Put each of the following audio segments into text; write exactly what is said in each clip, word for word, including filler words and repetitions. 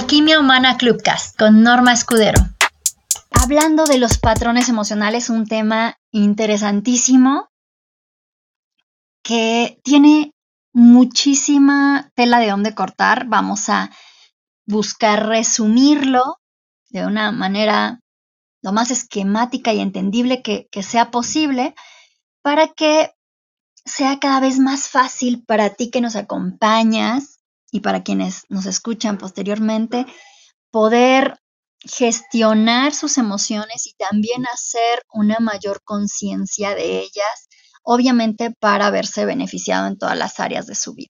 Alquimia Humana Clubcast con Norma Escudero. Hablando de los patrones emocionales, un tema interesantísimo que tiene muchísima tela de dónde cortar. Vamos a buscar resumirlo de una manera lo más esquemática y entendible que, que sea posible para que sea cada vez más fácil para ti que nos acompañas y para quienes nos escuchan posteriormente poder gestionar sus emociones y también hacer una mayor conciencia de ellas, obviamente para verse beneficiado en todas las áreas de su vida.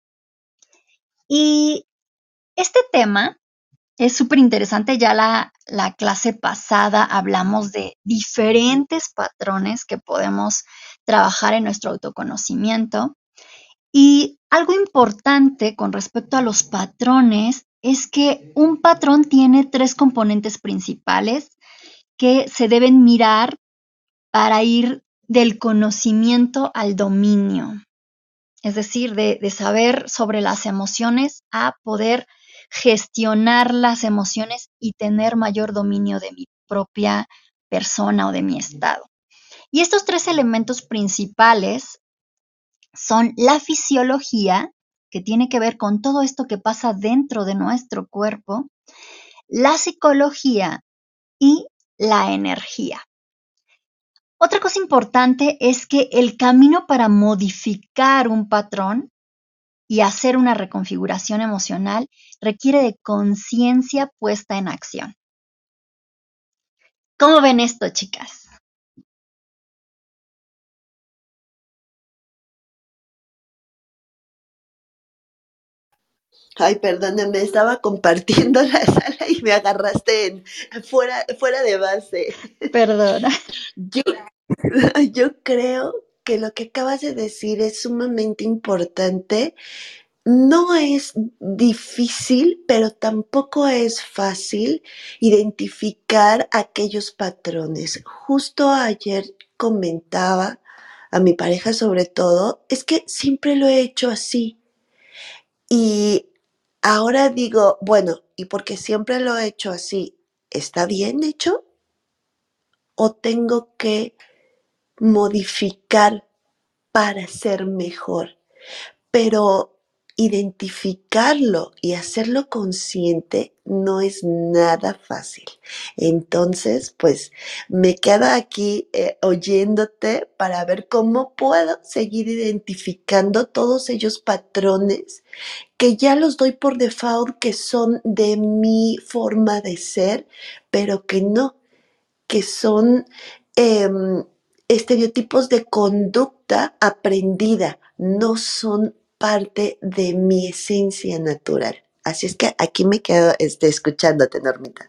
Y este tema es súper interesante. Ya la, la clase pasada hablamos de diferentes patrones que podemos trabajar en nuestro autoconocimiento. Y algo importante con respecto a los patrones es que un patrón tiene tres componentes principales que se deben mirar para ir del conocimiento al dominio. Es decir, de, de saber sobre las emociones a poder gestionar las emociones y tener mayor dominio de mi propia persona o de mi estado. Y estos tres elementos principales son la fisiología, que tiene que ver con todo esto que pasa dentro de nuestro cuerpo, la psicología y la energía. Otra cosa importante es que el camino para modificar un patrón y hacer una reconfiguración emocional requiere de conciencia puesta en acción. ¿Cómo ven esto, chicas? Ay, perdóname, estaba compartiendo la sala y me agarraste en, fuera, fuera de base. Perdona. Yo, yo creo que lo que acabas de decir es sumamente importante. No es difícil, pero tampoco es fácil identificar aquellos patrones. Justo ayer comentaba a mi pareja sobre todo, es que siempre lo he hecho así. Y ahora digo, bueno, ¿y porque siempre lo he hecho así? ¿Está bien hecho? ¿O tengo que modificar para ser mejor? Pero identificarlo y hacerlo consciente no es nada fácil. Entonces, pues me quedo aquí eh, oyéndote para ver cómo puedo seguir identificando todos ellos patrones que ya los doy por default, que son de mi forma de ser, pero que no, que son eh, estereotipos de conducta aprendida, no son parte de mi esencia natural. Así es que aquí me quedo este, escuchándote, Normita.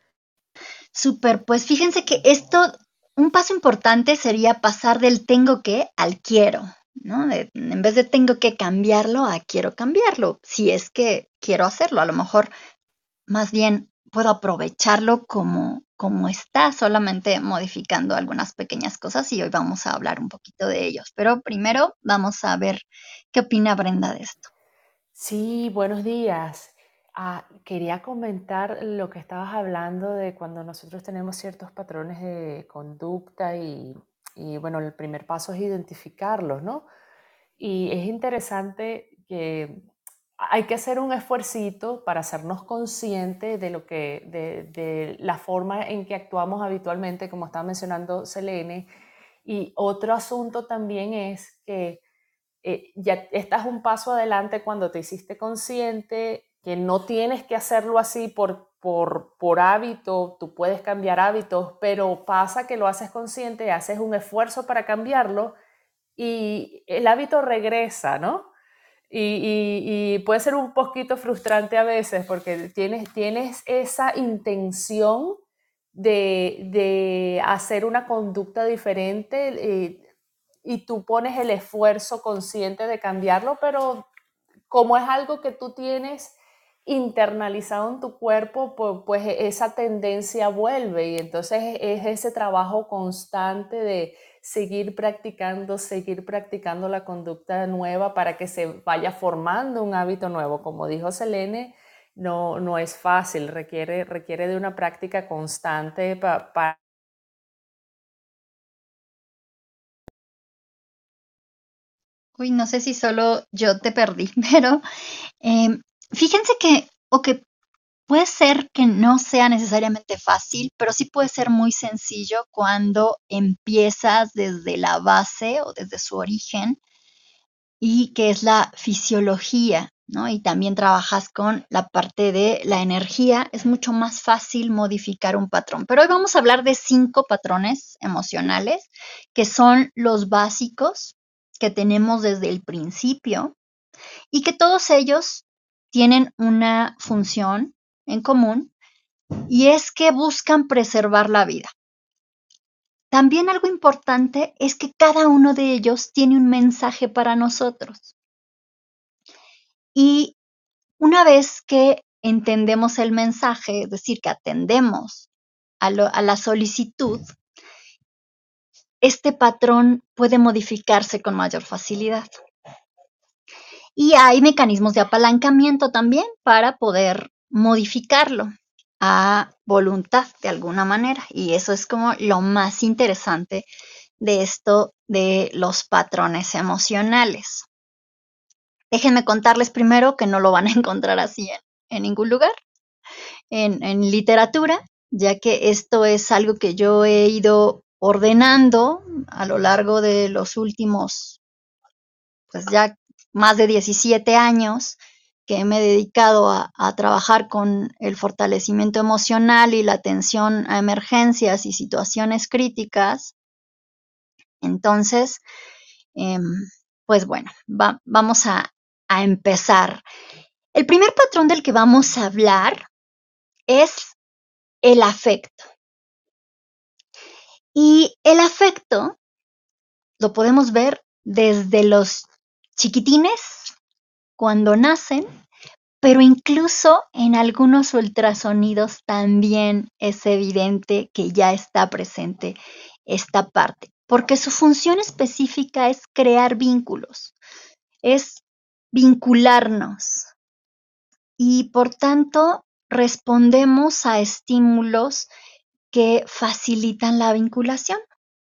Súper, pues fíjense que esto, un paso importante sería pasar del tengo que al quiero, ¿no? De- en vez de tengo que cambiarlo a quiero cambiarlo, si es que quiero hacerlo. A lo mejor más bien puedo aprovecharlo como, como está, solamente modificando algunas pequeñas cosas y hoy vamos a hablar un poquito de ellos. Pero primero vamos a ver qué opina Brenda de esto. Sí, buenos días. Ah, quería comentar lo que estabas hablando de cuando nosotros tenemos ciertos patrones de conducta y, y, bueno, el primer paso es identificarlos, ¿no? Y es interesante que hay que hacer un esfuercito para hacernos conscientes de lo que, de, de la forma en que actuamos habitualmente, como estaba mencionando Selene. Y otro asunto también es que eh, ya estás un paso adelante cuando te hiciste consciente que no tienes que hacerlo así por, por, por hábito, tú puedes cambiar hábitos, pero pasa que lo haces consciente, haces un esfuerzo para cambiarlo y el hábito regresa, ¿no? Y, y, y puede ser un poquito frustrante a veces porque tienes, tienes esa intención de, de hacer una conducta diferente, eh, y tú pones el esfuerzo consciente de cambiarlo, pero como es algo que tú tienes internalizado en tu cuerpo, pues, pues esa tendencia vuelve y entonces es ese trabajo constante de seguir practicando, seguir practicando la conducta nueva para que se vaya formando un hábito nuevo. Como dijo Selene, no, no es fácil, requiere, requiere de una práctica constante para... Pa Uy, no sé si solo yo te perdí, pero eh, fíjense que, o que puede ser que no sea necesariamente fácil, pero sí puede ser muy sencillo cuando empiezas desde la base o desde su origen y que es la fisiología, ¿no? Y también trabajas con la parte de la energía, es mucho más fácil modificar un patrón. Pero hoy vamos a hablar de cinco patrones emocionales que son los básicos que tenemos desde el principio y que todos ellos tienen una función en común y es que buscan preservar la vida. También algo importante es que cada uno de ellos tiene un mensaje para nosotros. Y una vez que entendemos el mensaje, es decir, que atendemos a, lo, a la solicitud, este patrón puede modificarse con mayor facilidad. Y hay mecanismos de apalancamiento también para poder modificarlo a voluntad de alguna manera. Y eso es como lo más interesante de esto de los patrones emocionales. Déjenme contarles primero que no lo van a encontrar así en, en ningún lugar, en, en literatura, ya que esto es algo que yo he ido ordenando a lo largo de los últimos, pues ya más de diecisiete años que me he dedicado a, a trabajar con el fortalecimiento emocional y la atención a emergencias y situaciones críticas. Entonces, eh, pues bueno, va, vamos a, a empezar. El primer patrón del que vamos a hablar es el afecto. Y el afecto lo podemos ver desde los chiquitines, cuando nacen, pero incluso en algunos ultrasonidos también es evidente que ya está presente esta parte, porque su función específica es crear vínculos, es vincularnos y por tanto respondemos a estímulos que facilitan la vinculación.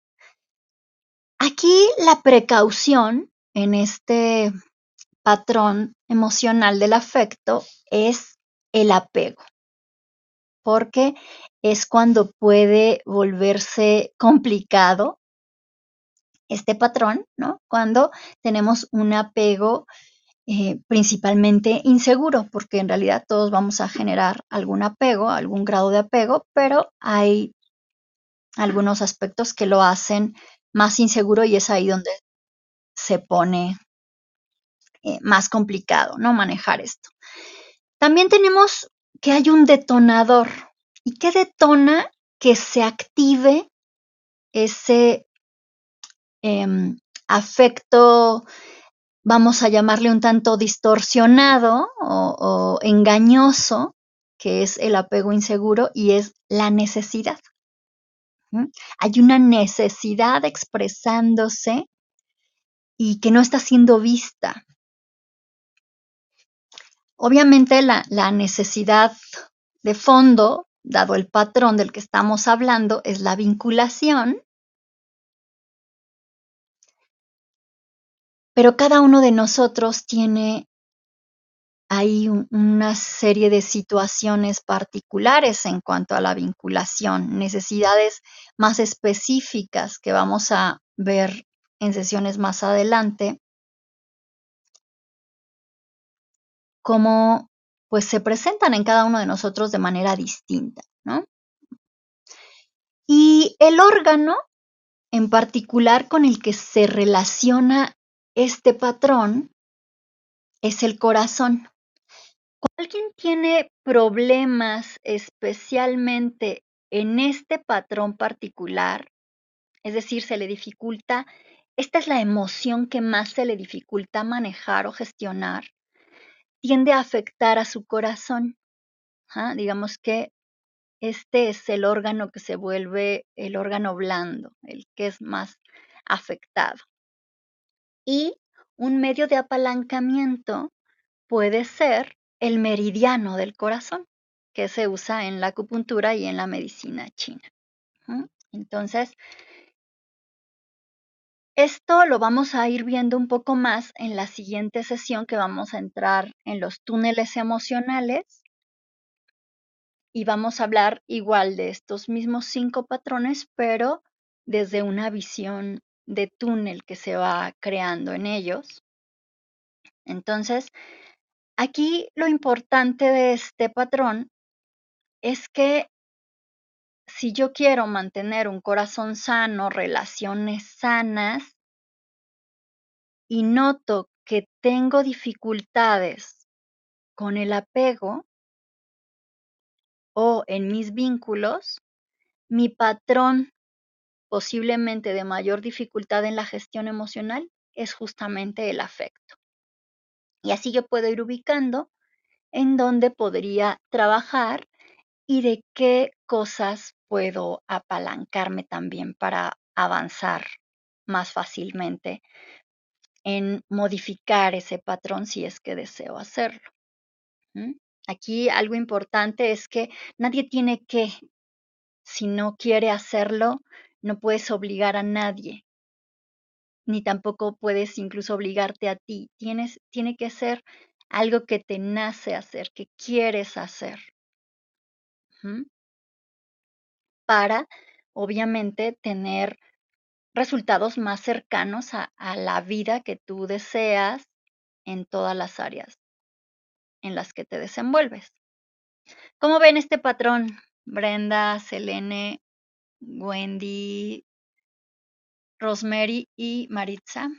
Aquí la precaución en este patrón emocional del afecto es el apego, porque es cuando puede volverse complicado este patrón, ¿no? Cuando tenemos un apego eh, principalmente inseguro, porque en realidad todos vamos a generar algún apego, algún grado de apego, pero hay algunos aspectos que lo hacen más inseguro y es ahí donde se pone eh, más complicado, ¿no? Manejar esto. También tenemos que hay un detonador. ¿Y qué detona que se active ese eh, afecto, vamos a llamarle un tanto distorsionado o, o engañoso, que es el apego inseguro y es la necesidad? ¿Mm? Hay una necesidad expresándose y que no está siendo vista. Obviamente la, la necesidad de fondo, dado el patrón del que estamos hablando, es la vinculación, pero cada uno de nosotros tiene ahí un, una serie de situaciones particulares en cuanto a la vinculación, necesidades más específicas que vamos a ver en sesiones más adelante, cómo pues se presentan en cada uno de nosotros de manera distinta, ¿no? Y el órgano en particular con el que se relaciona este patrón es el corazón. Cuando alguien tiene problemas especialmente en este patrón particular, es decir, se le dificulta, esta es la emoción que más se le dificulta manejar o gestionar, tiende a afectar a su corazón. ¿Ah? Digamos que este es el órgano que se vuelve el órgano blando, el que es más afectado. Y un medio de apalancamiento puede ser el meridiano del corazón, que se usa en la acupuntura y en la medicina china. ¿Mm? Entonces, esto lo vamos a ir viendo un poco más en la siguiente sesión, que vamos a entrar en los túneles emocionales y vamos a hablar igual de estos mismos cinco patrones, pero desde una visión de túnel que se va creando en ellos. Entonces, aquí lo importante de este patrón es que si yo quiero mantener un corazón sano, relaciones sanas, y noto que tengo dificultades con el apego o en mis vínculos, mi patrón posiblemente de mayor dificultad en la gestión emocional es justamente el afecto. Y así yo puedo ir ubicando en dónde podría trabajar y de qué cosas puedo apalancarme también para avanzar más fácilmente en modificar ese patrón si es que deseo hacerlo. ¿Mm? Aquí algo importante es que nadie tiene que, si no quiere hacerlo, no puedes obligar a nadie, ni tampoco puedes incluso obligarte a ti. Tienes, tiene que ser algo que te nace hacer, que quieres hacer. ¿Mm? Para, obviamente, tener resultados más cercanos a, a la vida que tú deseas en todas las áreas en las que te desenvuelves. ¿Cómo ven este patrón, Brenda, Selene, Wendy, Rosemary y Maritza?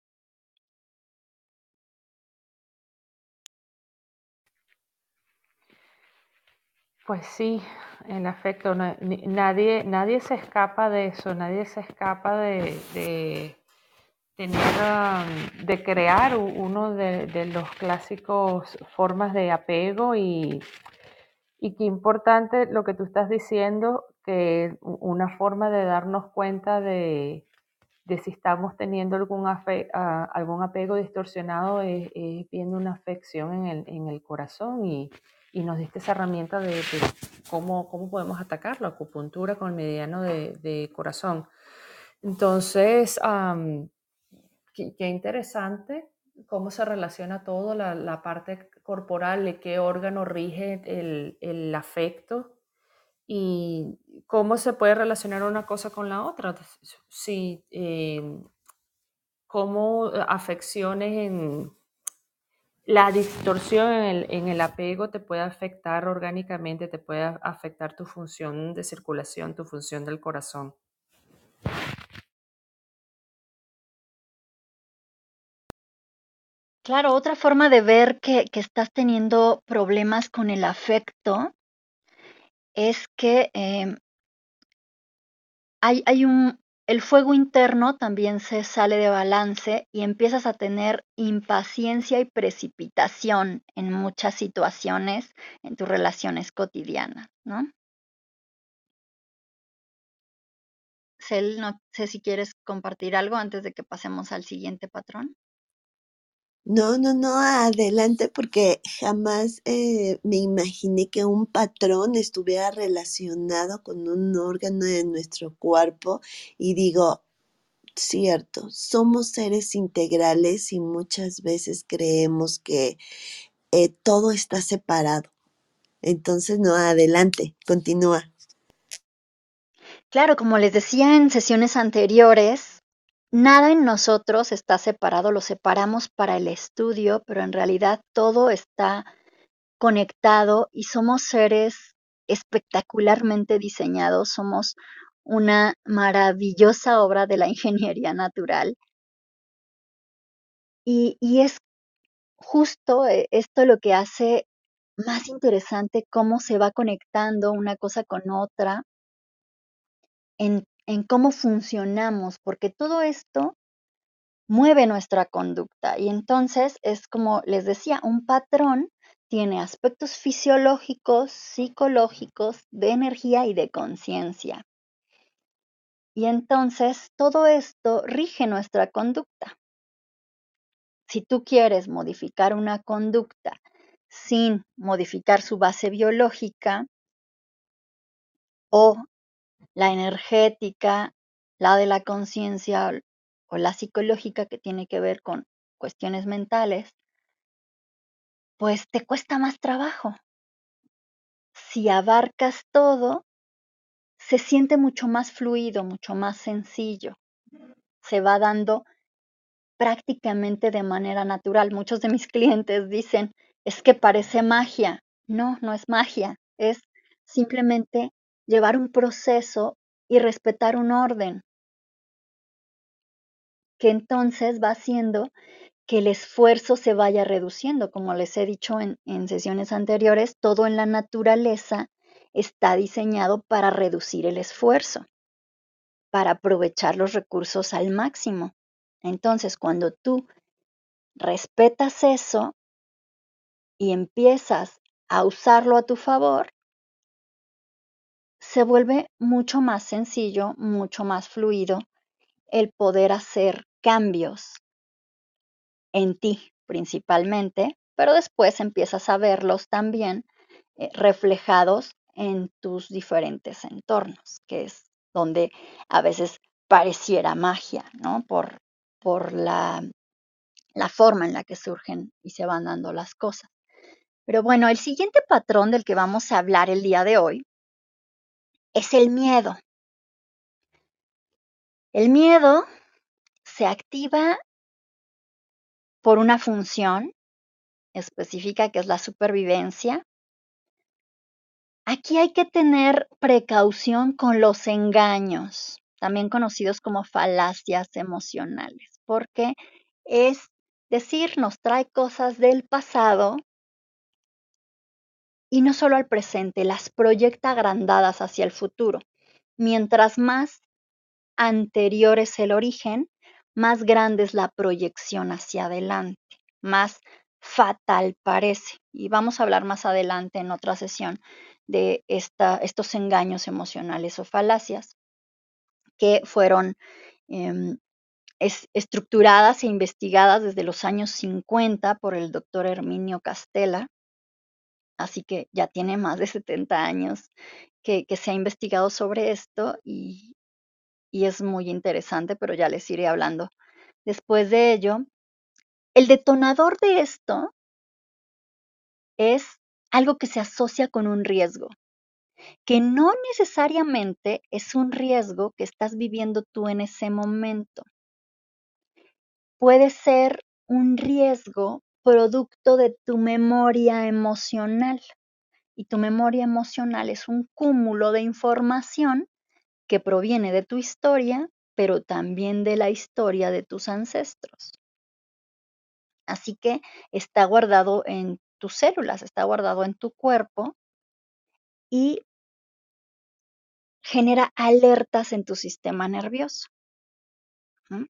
Pues sí, el afecto, na- ni- nadie, nadie se escapa de eso, nadie se escapa de, de tener, um, de crear u- uno de, de los clásicos formas de apego y, y qué importante lo que tú estás diciendo, que u- una forma de darnos cuenta de, de si estamos teniendo algún, afe- ah, algún apego distorsionado es, es viendo una afección en el, en el corazón y, y nos diste esa herramienta de, de cómo, cómo podemos atacarlo, acupuntura con el mediano de, de corazón. Entonces, am, qué, qué interesante cómo se relaciona todo, la, la parte corporal, de qué órgano rige el, el afecto y cómo se puede relacionar una cosa con la otra. Si, eh, cómo afecciones en la distorsión en el, en el apego te puede afectar orgánicamente, te puede afectar tu función de circulación, tu función del corazón. Claro, otra forma de ver que, que estás teniendo problemas con el afecto es que em, hay, hay un, el fuego interno también se sale de balance y empiezas a tener impaciencia y precipitación en muchas situaciones en tus relaciones cotidianas, ¿no? Cel, no sé si quieres compartir algo antes de que pasemos al siguiente patrón. No, no, no, adelante, porque jamás eh, me imaginé que un patrón estuviera relacionado con un órgano de nuestro cuerpo y digo, cierto, somos seres integrales y muchas veces creemos que eh, todo está separado. Entonces, no, adelante, continúa. Claro, como les decía en sesiones anteriores, nada en nosotros está separado, lo separamos para el estudio, pero en realidad todo está conectado y somos seres espectacularmente diseñados, somos una maravillosa obra de la ingeniería natural. Y, y es justo eh, esto lo que hace más interesante cómo se va conectando una cosa con otra en, en cómo funcionamos, porque todo esto mueve nuestra conducta. Y entonces es como les decía, un patrón tiene aspectos fisiológicos, psicológicos, de energía y de conciencia. Y entonces todo esto rige nuestra conducta. Si tú quieres modificar una conducta sin modificar su base biológica o la energética, la de la conciencia o la psicológica que tiene que ver con cuestiones mentales, pues te cuesta más trabajo. Si abarcas todo, se siente mucho más fluido, mucho más sencillo. Se va dando prácticamente de manera natural. Muchos de mis clientes dicen, es que parece magia. No, no es magia, es simplemente llevar un proceso y respetar un orden, que entonces va haciendo que el esfuerzo se vaya reduciendo. Como les he dicho en, en sesiones anteriores, todo en la naturaleza está diseñado para reducir el esfuerzo, para aprovechar los recursos al máximo. Entonces, cuando tú respetas eso y empiezas a usarlo a tu favor, se vuelve mucho más sencillo, mucho más fluido el poder hacer cambios en ti principalmente, pero después empiezas a verlos también eh, reflejados en tus diferentes entornos, que es donde a veces pareciera magia, ¿no? Por, por la, la forma en la que surgen y se van dando las cosas. Pero bueno, el siguiente patrón del que vamos a hablar el día de hoy es el miedo. El miedo se activa por una función específica que es la supervivencia. Aquí hay que tener precaución con los engaños, también conocidos como falacias emocionales, porque es decir, nos trae cosas del pasado y no solo al presente, las proyecta agrandadas hacia el futuro. Mientras más anterior es el origen, más grande es la proyección hacia adelante, más fatal parece. Y vamos a hablar más adelante en otra sesión de esta, estos engaños emocionales o falacias que fueron eh, es, estructuradas e investigadas desde los años cincuenta por el doctor Herminio Castella, así que ya tiene más de setenta años que, que se ha investigado sobre esto y, y es muy interesante, pero ya les iré hablando después de ello. El detonador de esto es algo que se asocia con un riesgo, que no necesariamente es un riesgo que estás viviendo tú en ese momento. Puede ser un riesgo producto de tu memoria emocional. Y tu memoria emocional es un cúmulo de información que proviene de tu historia, pero también de la historia de tus ancestros. Así que está guardado en tus células, está guardado en tu cuerpo y genera alertas en tu sistema nervioso. ¿Mm?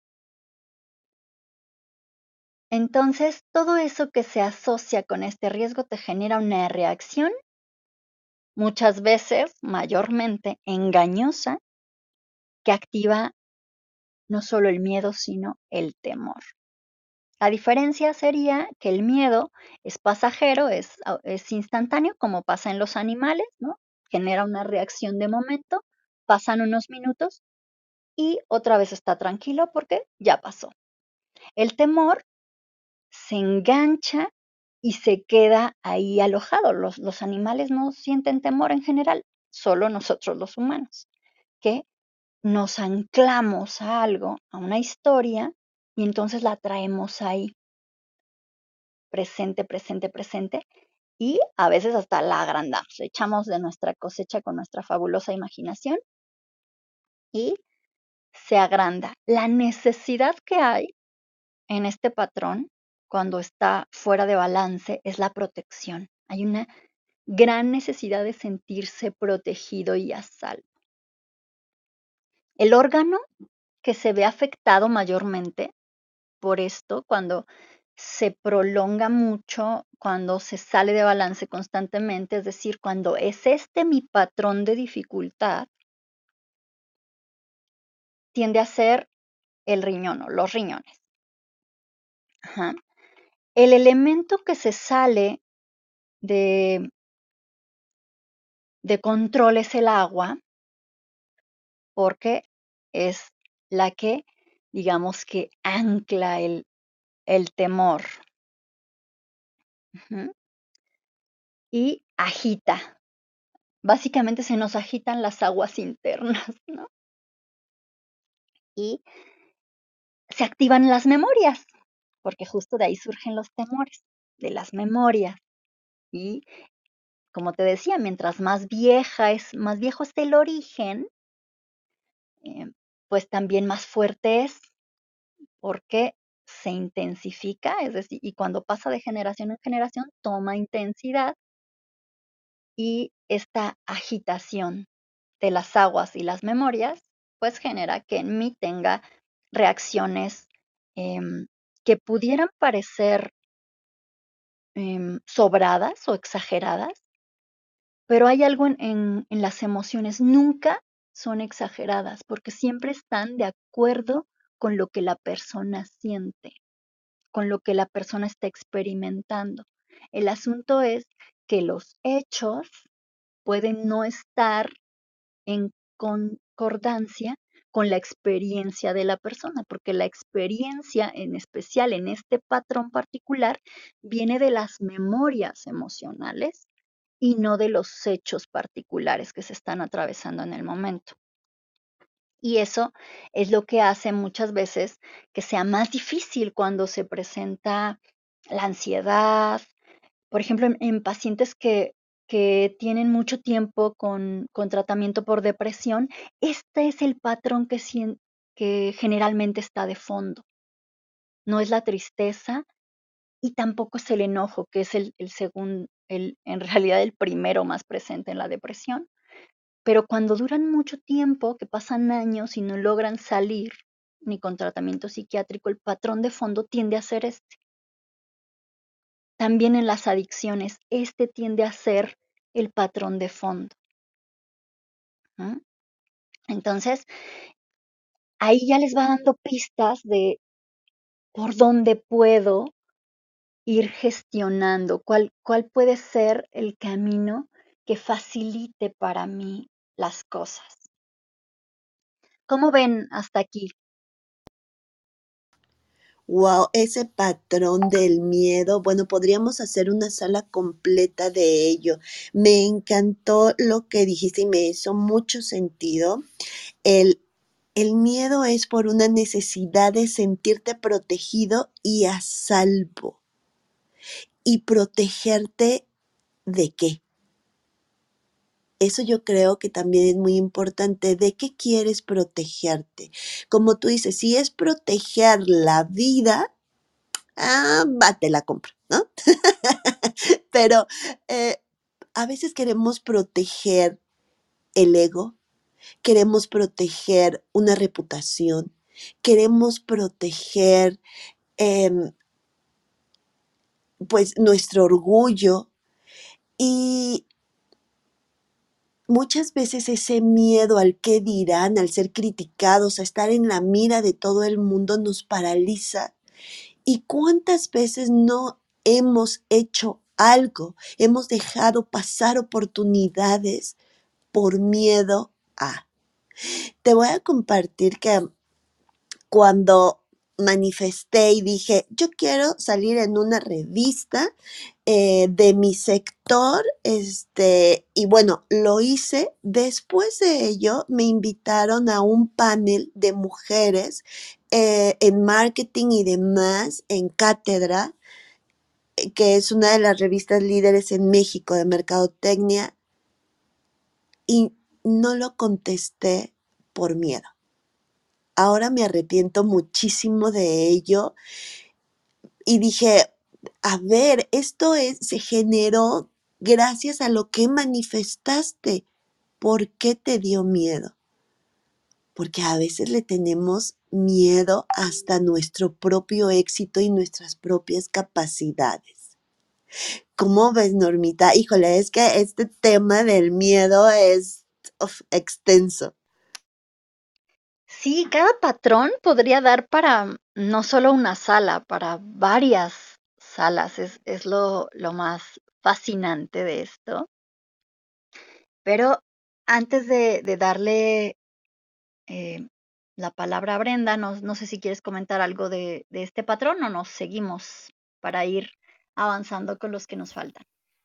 Entonces, todo eso que se asocia con este riesgo te genera una reacción, muchas veces, mayormente engañosa, que activa no solo el miedo, sino el temor. La diferencia sería que el miedo es pasajero, es, es instantáneo, como pasa en los animales, ¿no? Genera una reacción de momento, pasan unos minutos y otra vez está tranquilo porque ya pasó. El temor se engancha y se queda ahí alojado. Los, los animales no sienten temor en general, solo nosotros los humanos, que nos anclamos a algo, a una historia, y entonces la traemos ahí, presente, presente, presente, y a veces hasta la agrandamos, le echamos de nuestra cosecha con nuestra fabulosa imaginación y se agranda. La necesidad que hay en este patrón, cuando está fuera de balance, es la protección. Hay una gran necesidad de sentirse protegido y a salvo. El órgano que se ve afectado mayormente por esto, cuando se prolonga mucho, cuando se sale de balance constantemente, es decir, cuando es este mi patrón de dificultad, tiende a ser el riñón o los riñones. Ajá. El elemento que se sale de, de control es el agua, porque es la que, digamos que ancla el, el temor. Ujú. Y agita. Básicamente se nos agitan las aguas internas, ¿no? Y se activan las memorias, porque justo de ahí surgen los temores, de las memorias. Y como te decía, mientras más vieja es, más viejo es el origen, eh, pues también más fuerte es, porque se intensifica, es decir, y cuando pasa de generación en generación, toma intensidad y esta agitación de las aguas y las memorias, pues genera que en mí tenga reacciones em, que pudieran parecer em, sobradas o exageradas, pero hay algo en, en, en las emociones, nunca son exageradas, porque siempre están de acuerdo con lo que la persona siente, con lo que la persona está experimentando. El asunto es que los hechos pueden no estar en concordancia con la experiencia de la persona, porque la experiencia, en especial en este patrón particular, viene de las memorias emocionales y no de los hechos particulares que se están atravesando en el momento. Y eso es lo que hace muchas veces que sea más difícil cuando se presenta la ansiedad, por ejemplo, en, en pacientes que, que tienen mucho tiempo con, con tratamiento por depresión, este es el patrón que, sien- que generalmente está de fondo. No es la tristeza y tampoco es el enojo, que es el, el segundo, el, en realidad el primero más presente en la depresión. Pero cuando duran mucho tiempo, que pasan años y no logran salir ni con tratamiento psiquiátrico, el patrón de fondo tiende a ser este. También en las adicciones, este tiende a ser el patrón de fondo. ¿Mm? Entonces, ahí ya les va dando pistas de por dónde puedo ir gestionando, cuál, cuál puede ser el camino que facilite para mí las cosas. ¿Cómo ven hasta aquí? Wow, ese patrón del miedo, bueno, podríamos hacer una sala completa de ello. Me encantó lo que dijiste y me hizo mucho sentido. El, el miedo es por una necesidad de sentirte protegido y a salvo. ¿Y protegerte de qué? Eso yo creo que también es muy importante. ¿De qué quieres protegerte? Como tú dices, si es proteger la vida, ah, va, te la compro, ¿no? Pero eh, a veces queremos proteger el ego, queremos proteger una reputación, queremos proteger em, pues nuestro orgullo y muchas veces ese miedo al qué dirán, al ser criticados, a estar en la mira de todo el mundo nos paraliza. ¿Y cuántas veces no hemos hecho algo? Hemos dejado pasar oportunidades por miedo a. Te voy a compartir que cuando manifesté y dije, yo quiero salir en una revista eh, de mi sector, este, y bueno, lo hice. Después de ello, me invitaron a un panel de mujeres eh, en marketing y demás, en Cátedra, eh, que es una de las revistas líderes en México de mercadotecnia, y no lo contesté por miedo. Ahora me arrepiento muchísimo de ello y dije, a ver, esto es, se generó gracias a lo que manifestaste. ¿Por qué te dio miedo? Porque a veces le tenemos miedo hasta nuestro propio éxito y nuestras propias capacidades. ¿Cómo ves, Normita? Híjole, es que este tema del miedo es uf, extenso. Sí, cada patrón podría dar para no solo una sala, para varias salas. Es, es lo, lo más fascinante de esto. Pero antes de, de darle eh, la palabra a Brenda, no, no sé si quieres comentar algo de, de este patrón o nos seguimos para ir avanzando con los que nos faltan.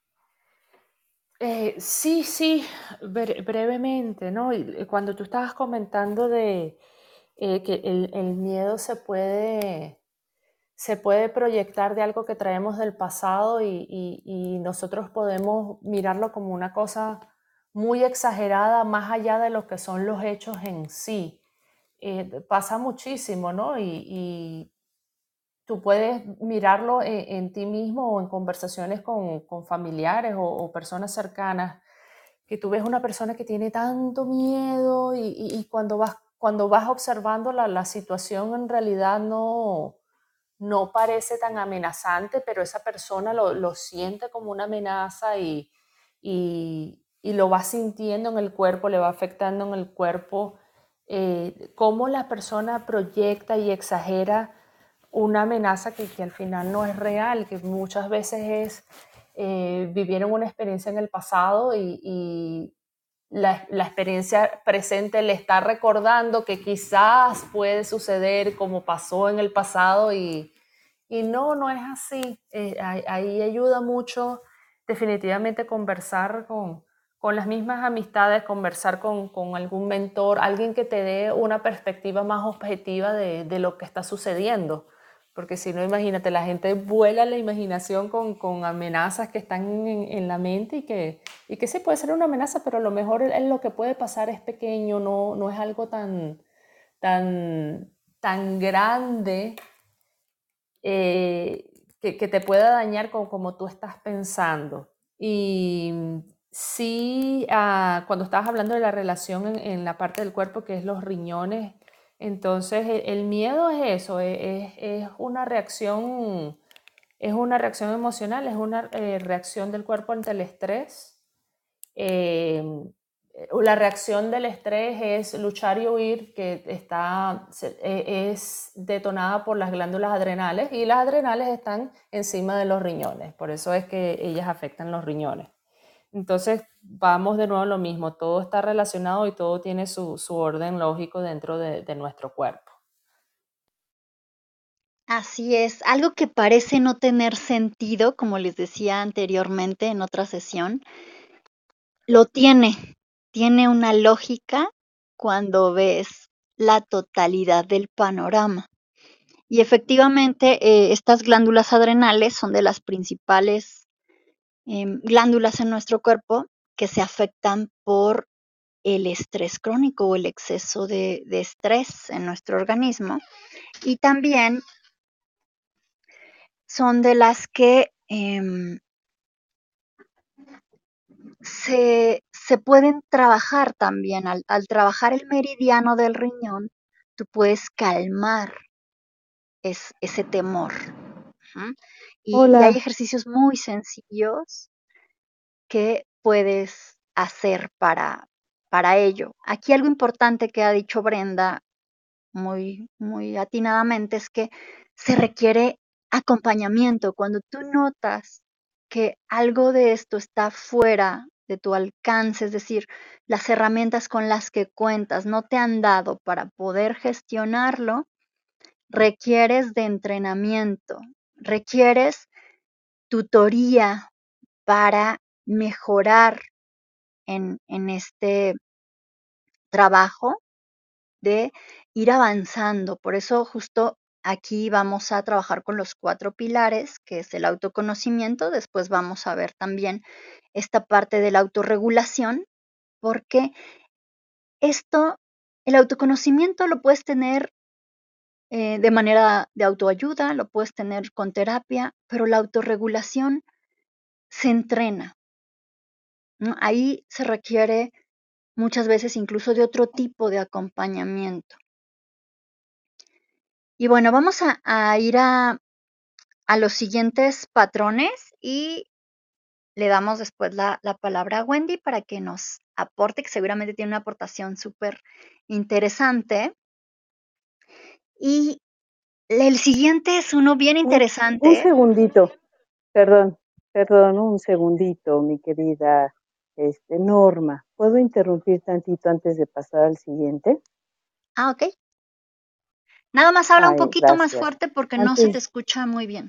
Eh, sí, sí, bre- brevemente, ¿no? Y, y cuando tú estabas comentando de eh, que el, el miedo se puede, se puede proyectar de algo que traemos del pasado y, y- y nosotros podemos mirarlo como una cosa muy exagerada, más allá de lo que son los hechos en sí. Eh, pasa muchísimo, ¿no? Y, y tú puedes mirarlo en, en ti mismo o en conversaciones con, con familiares o, o personas cercanas, que tú ves una persona que tiene tanto miedo y, y- y cuando, vas, cuando vas observando la, la situación en realidad no, no parece tan amenazante, pero esa persona lo, lo siente como una amenaza y, y, y lo va sintiendo en el cuerpo, le va afectando en el cuerpo. Eh, cómo la persona proyecta y exagera una amenaza que, que al final no es real, que muchas veces es eh, vivieron una experiencia en el pasado y, y la, la, experiencia presente le está recordando que quizás puede suceder como pasó en el pasado y, y no, no es así. Eh, ahí, ahí ayuda mucho definitivamente conversar con, con las mismas amistades, conversar con, con algún mentor, alguien que te dé una perspectiva más objetiva de, de lo que está sucediendo. Porque si no, imagínate, la gente vuela la imaginación con, con amenazas que están en, en, la mente y que, y que sí puede ser una amenaza, pero a lo mejor en lo que puede pasar es pequeño, no, no es algo tan, tan, tan grande eh, que, que, te pueda dañar como, como tú estás pensando. Y sí, uh, cuando estabas hablando de la relación en, en, la parte del cuerpo que es los riñones, entonces el, el miedo es eso, es, es, una reacción, es una reacción emocional, es una eh, reacción del cuerpo ante el estrés. Eh, la reacción del estrés es luchar y huir, que está, es detonada por las glándulas adrenales y las adrenales están encima de los riñones, por eso es que ellas afectan los riñones. Entonces vamos de nuevo a lo mismo, todo está relacionado y todo tiene su, su orden lógico dentro de, de nuestro cuerpo. Así es, algo que parece no tener sentido, como les decía anteriormente en otra sesión, lo tiene, tiene una lógica cuando ves la totalidad del panorama. Y efectivamente, eh, estas glándulas adrenales son de las principales eh, glándulas en nuestro cuerpo que se afectan por el estrés crónico o el exceso de, de estrés en nuestro organismo. Y también son de las que eh, se, se pueden trabajar también. Al, al trabajar el meridiano del riñón, tú puedes calmar es, ese temor. ¿Uh? Y, y hay Hola. ejercicios muy sencillos que puedes hacer para, para ello. Aquí algo importante que ha dicho Brenda muy, muy atinadamente es que se requiere acompañamiento. Cuando tú notas que algo de esto está fuera de tu alcance, es decir, las herramientas con las que cuentas no te han dado para poder gestionarlo, requieres de entrenamiento, requieres tutoría para mejorar en, en este trabajo de ir avanzando. Por eso justo aquí vamos a trabajar con los cuatro pilares, que es el autoconocimiento. Después vamos a ver también esta parte de la autorregulación, porque esto, el autoconocimiento lo puedes tener eh, de manera de autoayuda, lo puedes tener con terapia, pero la autorregulación se entrena, ¿no? Ahí se requiere muchas veces incluso de otro tipo de acompañamiento. Y bueno, vamos a, a ir a, a los siguientes patrones y le damos después la, la palabra a Wendy para que nos aporte, que seguramente tiene una aportación súper interesante. Y el siguiente es uno bien Un, un interesante. segundito, perdón. Perdón, un segundito, mi querida este, Norma. ¿Puedo interrumpir tantito antes de pasar al siguiente? Ah, ok. Nada más habla un Ay, poquito más gracias. fuerte porque no se te Antes, escucha muy bien.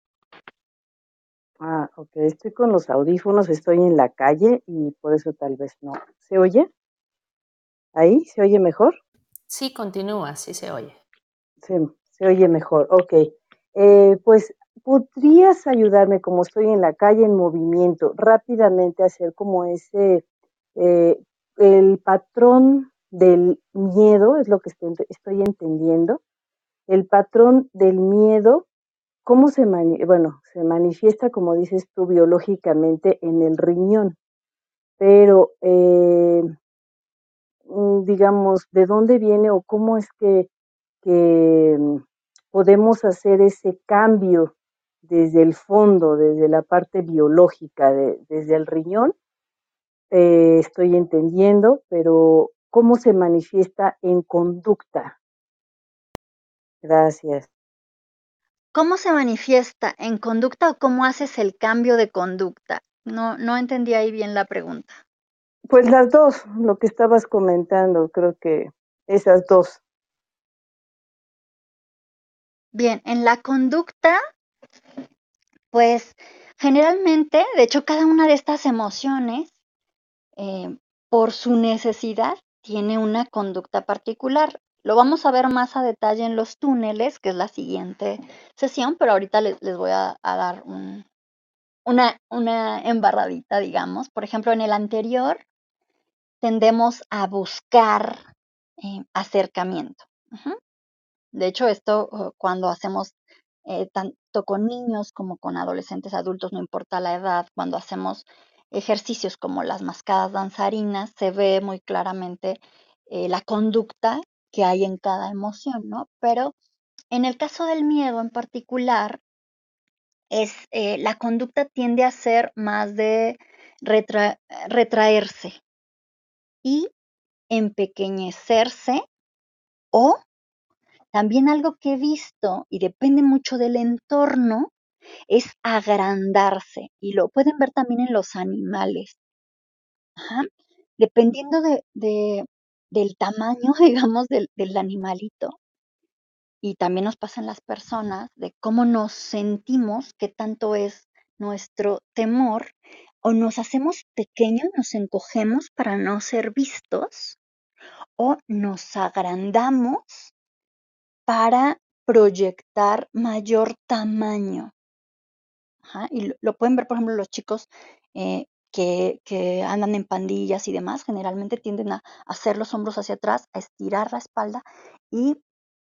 ah, ok, estoy con los audífonos, estoy en la calle y por eso tal vez no. ¿Se oye? ¿Ahí? ¿Se oye mejor? Sí, continúa, sí se oye. Se, se oye mejor, ok. Eh, pues, ¿podrías ayudarme, como estoy en la calle en movimiento, rápidamente a hacer como ese, eh, el patrón del miedo, es lo que estoy, estoy entendiendo, el patrón del miedo, cómo se, mani bueno, se manifiesta, como dices tú, biológicamente en el riñón, pero, eh, mm, digamos, ¿de dónde viene o cómo es que que mm, podemos hacer ese cambio desde el fondo, desde la parte biológica, de, desde el riñón? Eh, estoy entendiendo, pero ¿cómo se manifiesta en conducta? Gracias. ¿Cómo se manifiesta en conducta o cómo haces el cambio de conducta? No, no entendí ahí bien la pregunta. Pues las dos, lo que estabas comentando, creo que esas dos. Bien, en la conducta, pues generalmente, de hecho, cada una de estas emociones, eh, por su necesidad, tiene una conducta particular. Lo vamos a ver más a detalle en los túneles, que es la siguiente sesión, pero ahorita les, les voy a, a dar un, una, una embarradita, digamos. Por ejemplo, en el anterior tendemos a buscar eh, acercamiento. Ujú. De hecho, esto uh, cuando hacemos eh, tanto con niños como con adolescentes, adultos, no importa la edad, cuando hacemos ejercicios como las mascadas danzarinas, se ve muy claramente eh, la conducta que hay en cada emoción, ¿no? Pero en el caso del miedo en particular, es eh, la conducta tiende a ser más de retra- retraerse y empequeñecerse, o también algo que he visto y depende mucho del entorno es agrandarse, y lo pueden ver también en los animales. Ajá. Dependiendo de, de- del tamaño, digamos, del, del animalito, y también nos pasa en las personas, de cómo nos sentimos, qué tanto es nuestro temor, o nos hacemos pequeños, nos encogemos para no ser vistos, o nos agrandamos para proyectar mayor tamaño. Ajá, y lo, lo pueden ver, por ejemplo, los chicos eh, que, que andan en pandillas y demás, generalmente tienden a hacer los hombros hacia atrás, a estirar la espalda y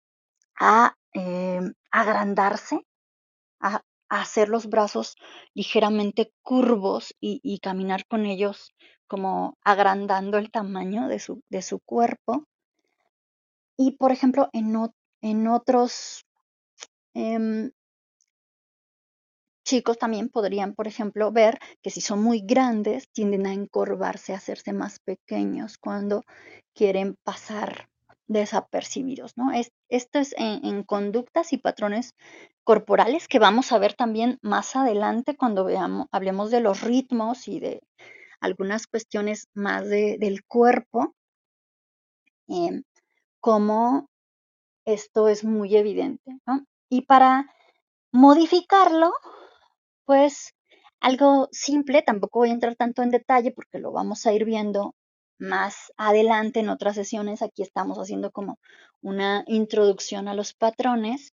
a eh, agrandarse, a, a hacer los brazos ligeramente curvos y, y caminar con ellos como agrandando el tamaño de su, de su cuerpo. Y, por ejemplo, en, o- en otros em, chicos también podrían, por ejemplo, ver que si son muy grandes, tienden a encorvarse, a hacerse más pequeños cuando quieren pasar desapercibidos, ¿no? Es, esto es en, en conductas y patrones corporales que vamos a ver también más adelante cuando veamos, hablemos de los ritmos y de algunas cuestiones más de, del cuerpo, eh, como esto es muy evidente, ¿no? Y para modificarlo, pues algo simple, tampoco voy a entrar tanto en detalle porque lo vamos a ir viendo más adelante en otras sesiones. Aquí estamos haciendo como una introducción a los patrones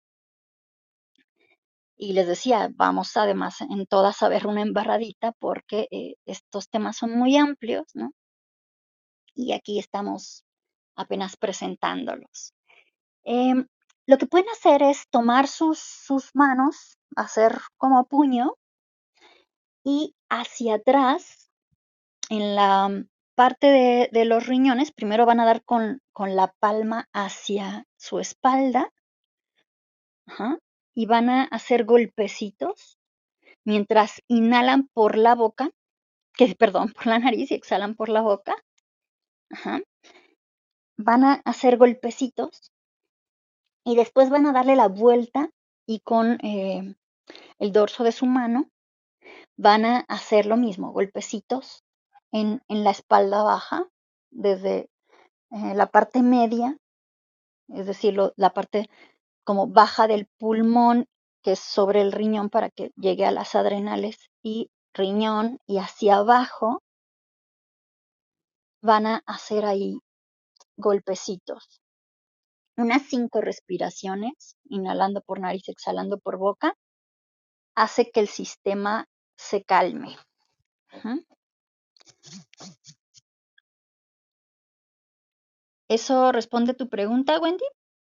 y les decía, vamos además en todas a ver una embarradita porque eh, estos temas son muy amplios, ¿no? Y aquí estamos apenas presentándolos. Em, lo que pueden hacer es tomar sus, sus manos, hacer como puño y hacia atrás en la parte de, de los riñones, primero van a dar con, con la palma hacia su espalda, ajá, y van a hacer golpecitos mientras inhalan por la boca, que perdón, por la nariz y exhalan por la boca, ajá, van a hacer golpecitos y después van a darle la vuelta y con eh, el dorso de su mano van a hacer lo mismo, golpecitos en, en la espalda baja, desde eh, la parte media, es decir, lo, la parte como baja del pulmón, que es sobre el riñón para que llegue a las adrenales, y riñón, y hacia abajo van a hacer ahí golpecitos. Unas cinco respiraciones, inhalando por nariz, exhalando por boca, hace que el sistema se calme. Ujú. ¿Eso responde a tu pregunta, Wendy?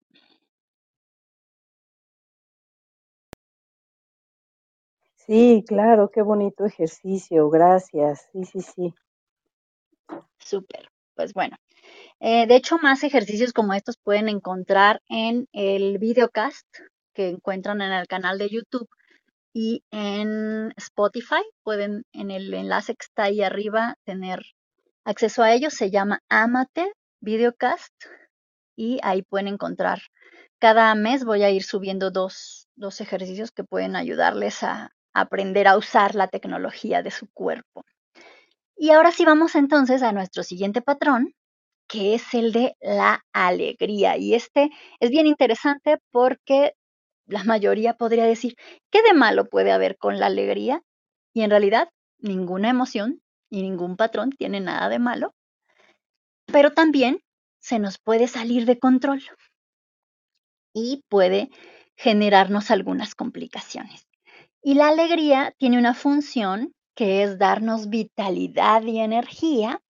Sí, claro, qué bonito ejercicio, gracias. Sí, sí, sí. Súper. Pues bueno, eh, de hecho, más ejercicios como estos pueden encontrar en el videocast que encuentran en el canal de YouTube y en Spotify. Pueden, en el enlace que está ahí arriba, tener acceso a ellos. Se llama Amate Videocast y ahí pueden encontrar. Cada mes voy a ir subiendo dos, dos ejercicios que pueden ayudarles a aprender a usar la tecnología de su cuerpo. Y ahora sí vamos entonces a nuestro siguiente patrón, que es el de la alegría. Y este es bien interesante porque la mayoría podría decir, ¿qué de malo puede haber con la alegría? Y en realidad, ninguna emoción y ningún patrón tiene nada de malo, pero también se nos puede salir de control y puede generarnos algunas complicaciones. Y la alegría tiene una función que es darnos vitalidad y energía,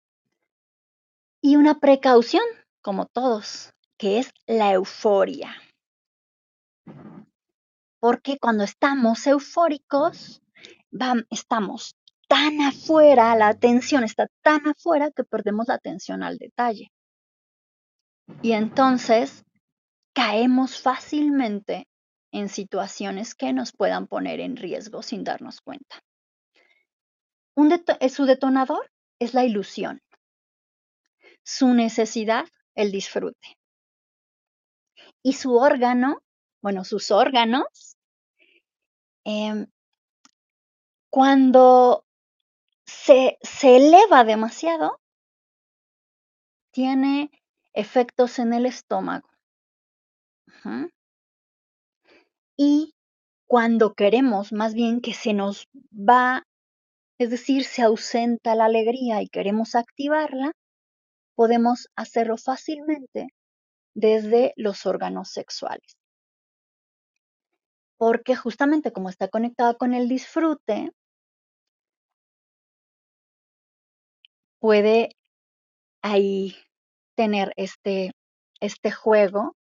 y una precaución, como todos, que es la euforia. Porque cuando estamos eufóricos, vam- estamos tan afuera, la atención está tan afuera que perdemos la atención al detalle. Y entonces caemos fácilmente en situaciones que nos puedan poner en riesgo sin darnos cuenta. Un deto- eh, su detonador es la ilusión, su necesidad, el disfrute, y su órgano, bueno, sus órganos, em, cuando se, se eleva demasiado, tiene efectos en el estómago. Ujú. Y cuando queremos más bien que se nos va, es decir, se ausenta la alegría y queremos activarla, podemos hacerlo fácilmente desde los órganos sexuales. Porque justamente como está conectada con el disfrute, puede ahí tener este, este juego,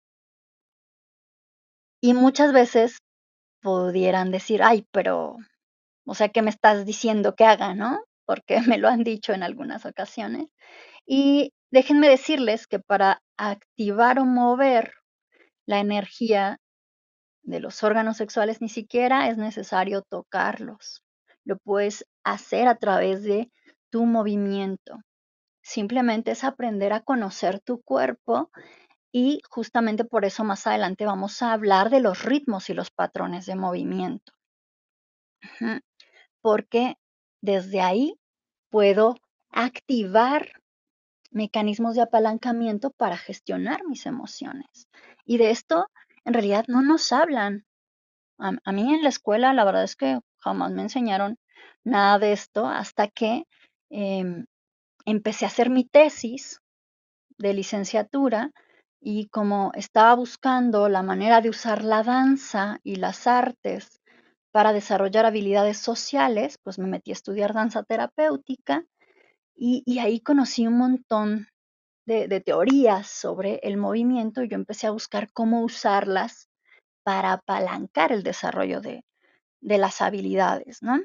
y muchas veces pudieran decir, ay, pero, o sea, ¿qué me estás diciendo que haga, no? Porque me lo han dicho en algunas ocasiones. Y déjenme decirles que para activar o mover la energía de los órganos sexuales ni siquiera es necesario tocarlos. Lo puedes hacer a través de tu movimiento. Simplemente es aprender a conocer tu cuerpo, y justamente por eso más adelante vamos a hablar de los ritmos y los patrones de movimiento. Ujú. Porque desde ahí puedo activar mecanismos de apalancamiento para gestionar mis emociones. Y de esto en realidad no nos hablan. A, a mí en la escuela la verdad es que jamás me enseñaron nada de esto hasta que em, empecé a hacer mi tesis de licenciatura, y como estaba buscando la manera de usar la danza y las artes para desarrollar habilidades sociales, pues me metí a estudiar danza terapéutica, y, y ahí conocí un montón de, de teorías sobre el movimiento, y yo empecé a buscar cómo usarlas para apalancar el desarrollo de, de las habilidades, ¿no?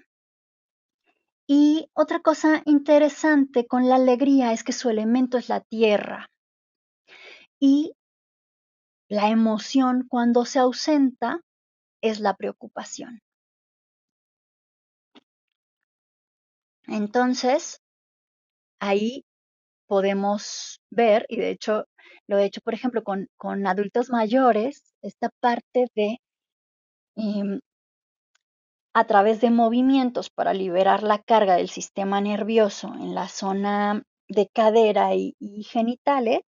Y otra cosa interesante con la alegría es que su elemento es la tierra, y la emoción cuando se ausenta es la preocupación. Entonces, ahí podemos ver, y de hecho lo he hecho, por ejemplo, con, con adultos mayores, esta parte de eh, a través de movimientos para liberar la carga del sistema nervioso en la zona de cadera y, y genitales,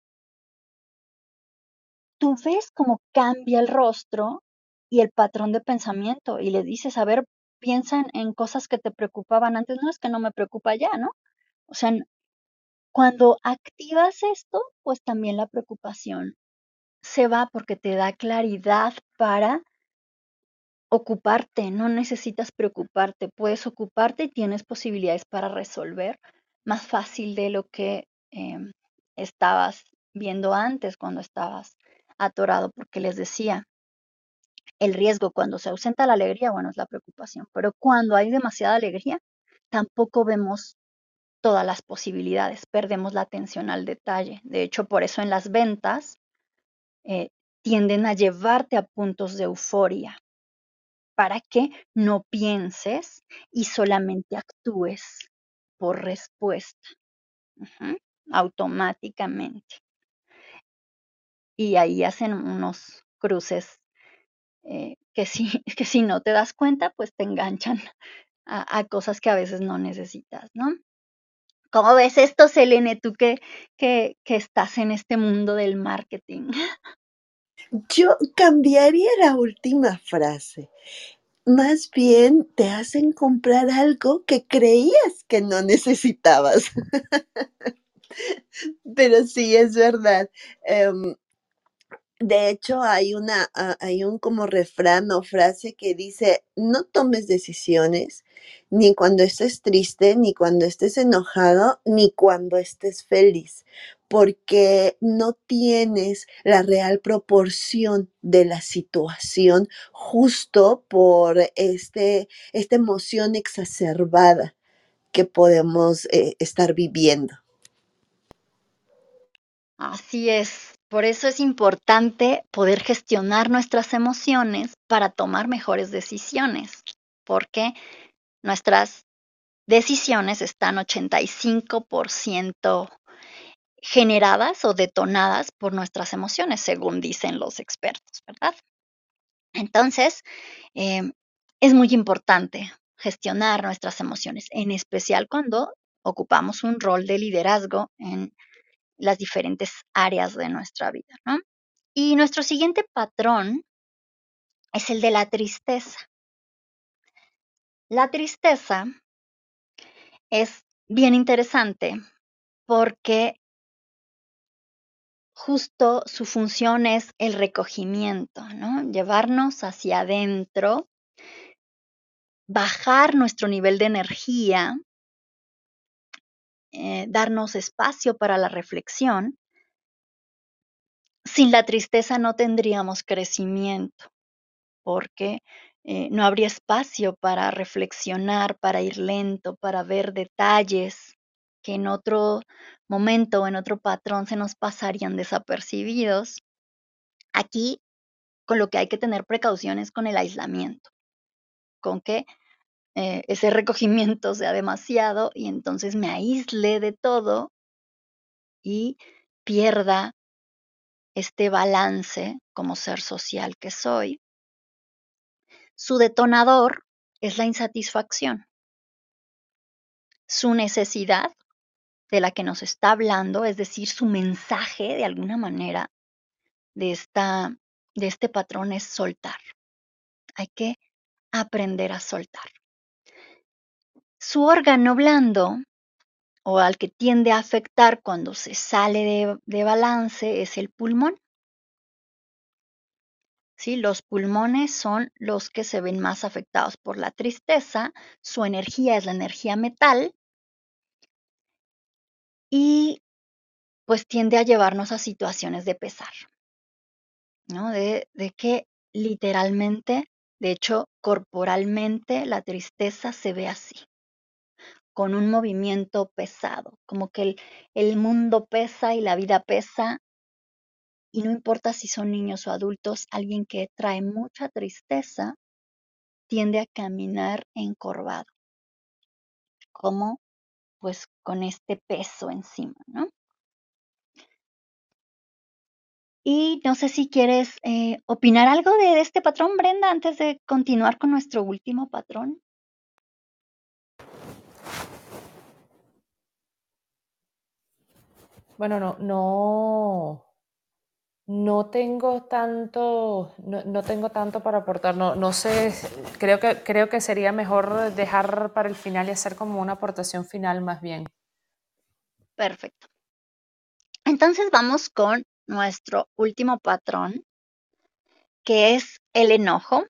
tú ves cómo cambia el rostro y el patrón de pensamiento y le dices, a ver, piensa en, en cosas que te preocupaban antes, no es que no me preocupa ya, ¿no? O sea, n- cuando activas esto, pues también la preocupación se va porque te da claridad para ocuparte, no necesitas preocuparte, puedes ocuparte y tienes posibilidades para resolver más fácil de lo que em, estabas viendo antes cuando estabas atorado, porque les decía, el riesgo cuando se ausenta la alegría, bueno, es la preocupación, pero cuando hay demasiada alegría, tampoco vemos todas las posibilidades, perdemos la atención al detalle. De hecho, por eso en las ventas eh, tienden a llevarte a puntos de euforia para que no pienses y solamente actúes por respuesta, ujú, automáticamente. Y ahí hacen unos cruces eh, que, si, que si no te das cuenta, pues te enganchan a, a cosas que a veces no necesitas, ¿no? ¿Cómo ves esto, Selene, tú que, que, que estás en este mundo del marketing? Yo cambiaría la última frase. Más bien te hacen comprar algo que creías que no necesitabas. Pero sí, es verdad. Em, de hecho, hay una, ah, hay un como refrán o frase que dice, no tomes decisiones ni cuando estés triste, ni cuando estés enojado, ni cuando estés feliz, porque no tienes la real proporción de la situación justo por este, esta emoción exacerbada que podemos eh, estar viviendo. Así es. Por eso es importante poder gestionar nuestras emociones para tomar mejores decisiones, porque nuestras decisiones están ochenta y cinco por ciento generadas o detonadas por nuestras emociones, según dicen los expertos, ¿verdad? Entonces, em, es muy importante gestionar nuestras emociones, en especial cuando ocupamos un rol de liderazgo en las diferentes áreas de nuestra vida, ¿no? Y nuestro siguiente patrón es el de la tristeza. La tristeza es bien interesante porque justo su función es el recogimiento, ¿no? Llevarnos hacia adentro, bajar nuestro nivel de energía, eh, darnos espacio para la reflexión. Sin la tristeza no tendríamos crecimiento, porque eh, no habría espacio para reflexionar, para ir lento, para ver detalles que en otro momento o en otro patrón se nos pasarían desapercibidos. Aquí, con lo que hay que tener precauciones con el aislamiento, con que eh, ese recogimiento sea demasiado y entonces me aísle de todo y pierda este balance como ser social que soy. Su detonador es la insatisfacción. Su necesidad de la que nos está hablando, es decir, su mensaje de alguna manera de, esta, de este patrón es soltar. Hay que aprender a soltar. Su órgano blando o al que tiende a afectar cuando se sale de, de balance es el pulmón. ¿Sí? Los pulmones son los que se ven más afectados por la tristeza. Su energía es la energía metal y pues tiende a llevarnos a situaciones de pesar, ¿no? De, de que literalmente, de hecho, corporalmente, la tristeza se ve así, con un movimiento pesado, como que el, el mundo pesa y la vida pesa, y no importa si son niños o adultos, alguien que trae mucha tristeza tiende a caminar encorvado, como pues con este peso encima, ¿no? Y no sé si quieres eh, opinar algo de este patrón, Brenda, antes de continuar con nuestro último patrón. Bueno, no, no, no tengo tanto, no, no tengo tanto para aportar. No, no sé, creo que, creo que sería mejor dejar para el final y hacer como una aportación final más bien. Perfecto. Entonces vamos con nuestro último patrón, que es el enojo.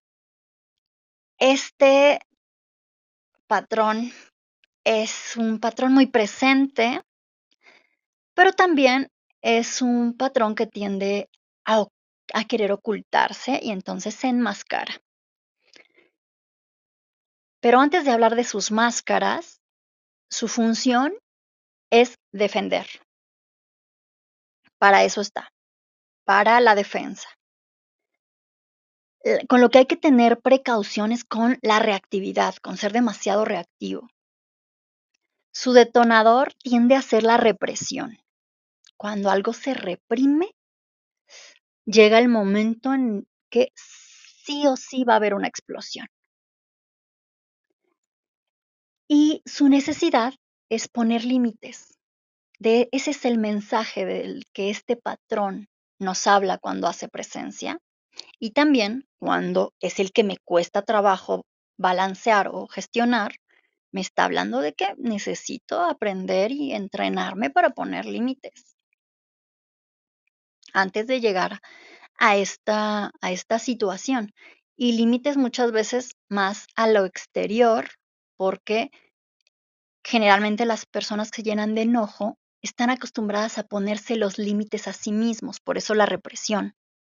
Este patrón es un patrón muy presente, pero también es un patrón que tiende a, a querer ocultarse y entonces se enmascara. Pero antes de hablar de sus máscaras, su función es defender. Para eso está, para la defensa. Eh, Con lo que hay que tener precauciones con la reactividad, con ser demasiado reactivo. Su detonador tiende a ser la represión. Cuando algo se reprime, llega el momento en que sí o sí va a haber una explosión. Y su necesidad es poner límites. De, ese es el mensaje del que este patrón nos habla cuando hace presencia y también cuando es el que me cuesta trabajo balancear o gestionar, me está hablando de que necesito aprender y entrenarme para poner límites antes de llegar a esta, a esta situación. Y límites muchas veces más a lo exterior, porque generalmente las personas que se llenan de enojo están acostumbradas a ponerse los límites a sí mismos, por eso la represión.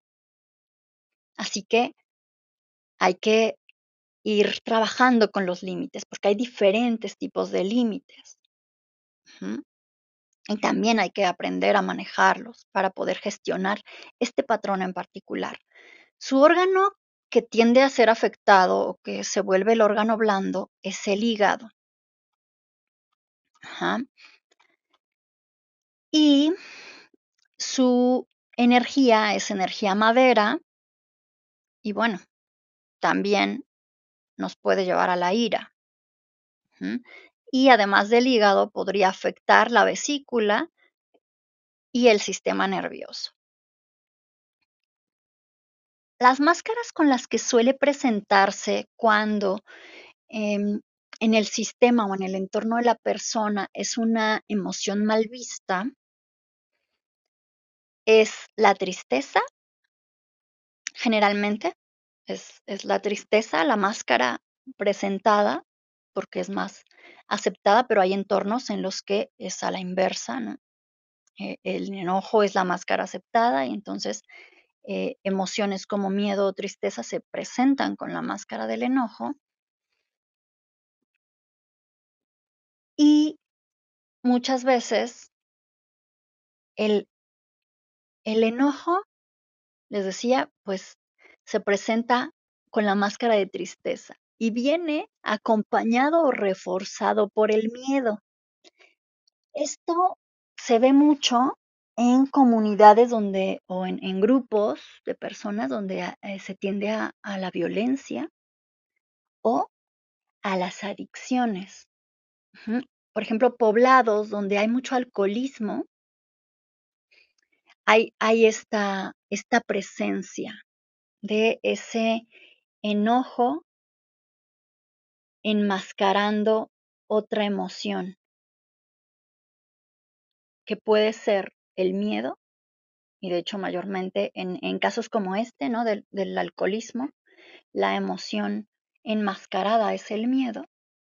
Así que hay que ir trabajando con los límites, porque hay diferentes tipos de límites. Ujú. Y también hay que aprender a manejarlos para poder gestionar este patrón en particular. Su órgano que tiende a ser afectado o que se vuelve el órgano blando es el hígado. Ajá. Y su energía es energía madera y bueno, también nos puede llevar a la ira. Ujú. Y además del hígado podría afectar la vesícula y el sistema nervioso. Las máscaras con las que suele presentarse cuando em, en el sistema o en el entorno de la persona es una emoción mal vista, es la tristeza, generalmente, es, es la tristeza, la máscara presentada, porque es más aceptada, pero hay entornos en los que es a la inversa, ¿no? Eh, el enojo es la máscara aceptada y entonces eh, emociones como miedo o tristeza se presentan con la máscara del enojo y muchas veces el, el enojo, les decía, pues se presenta con la máscara de tristeza y viene acompañado o reforzado por el miedo. Esto se ve mucho en comunidades donde o en, en grupos de personas donde a- eh, se tiende a, a la violencia o a las adicciones. Ujú. Por ejemplo, poblados donde hay mucho alcoholismo, hay, hay esta, esta presencia de ese enojo enmascarando otra emoción, que puede ser el miedo, y de hecho mayormente en, en casos como este, ¿no? Del, del alcoholismo, la emoción enmascarada es el miedo,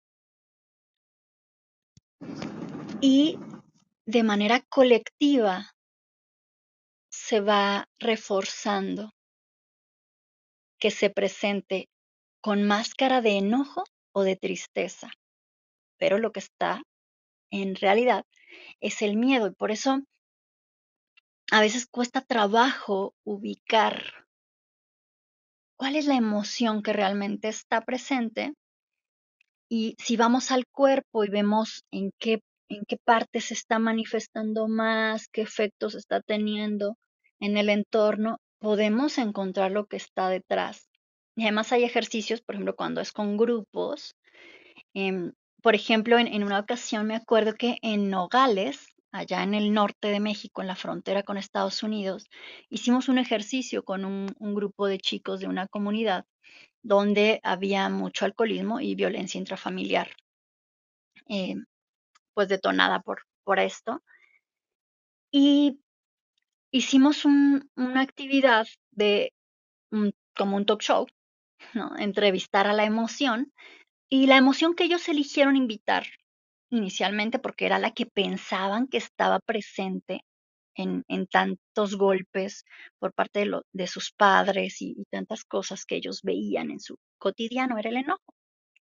y de manera colectiva se va reforzando que se presente con máscara de enojo o de tristeza, pero lo que está en realidad es el miedo y por eso a veces cuesta trabajo ubicar cuál es la emoción que realmente está presente y si vamos al cuerpo y vemos en qué, en qué parte se está manifestando más, qué efectos está teniendo en el entorno, podemos encontrar lo que está detrás. Y además hay ejercicios, por ejemplo, cuando es con grupos. Em, por ejemplo, en, en una ocasión me acuerdo que en Nogales, allá en el norte de México, en la frontera con Estados Unidos, hicimos un ejercicio con un, un grupo de chicos de una comunidad donde había mucho alcoholismo y violencia intrafamiliar, eh, pues detonada por, por esto. Y hicimos un- una actividad de un- como un talk show, ¿no? Entrevistar a la emoción, y la emoción que ellos eligieron invitar inicialmente, porque era la que pensaban que estaba presente en, en tantos golpes por parte de, lo- de sus padres y, y tantas cosas que ellos veían en su cotidiano, era el enojo.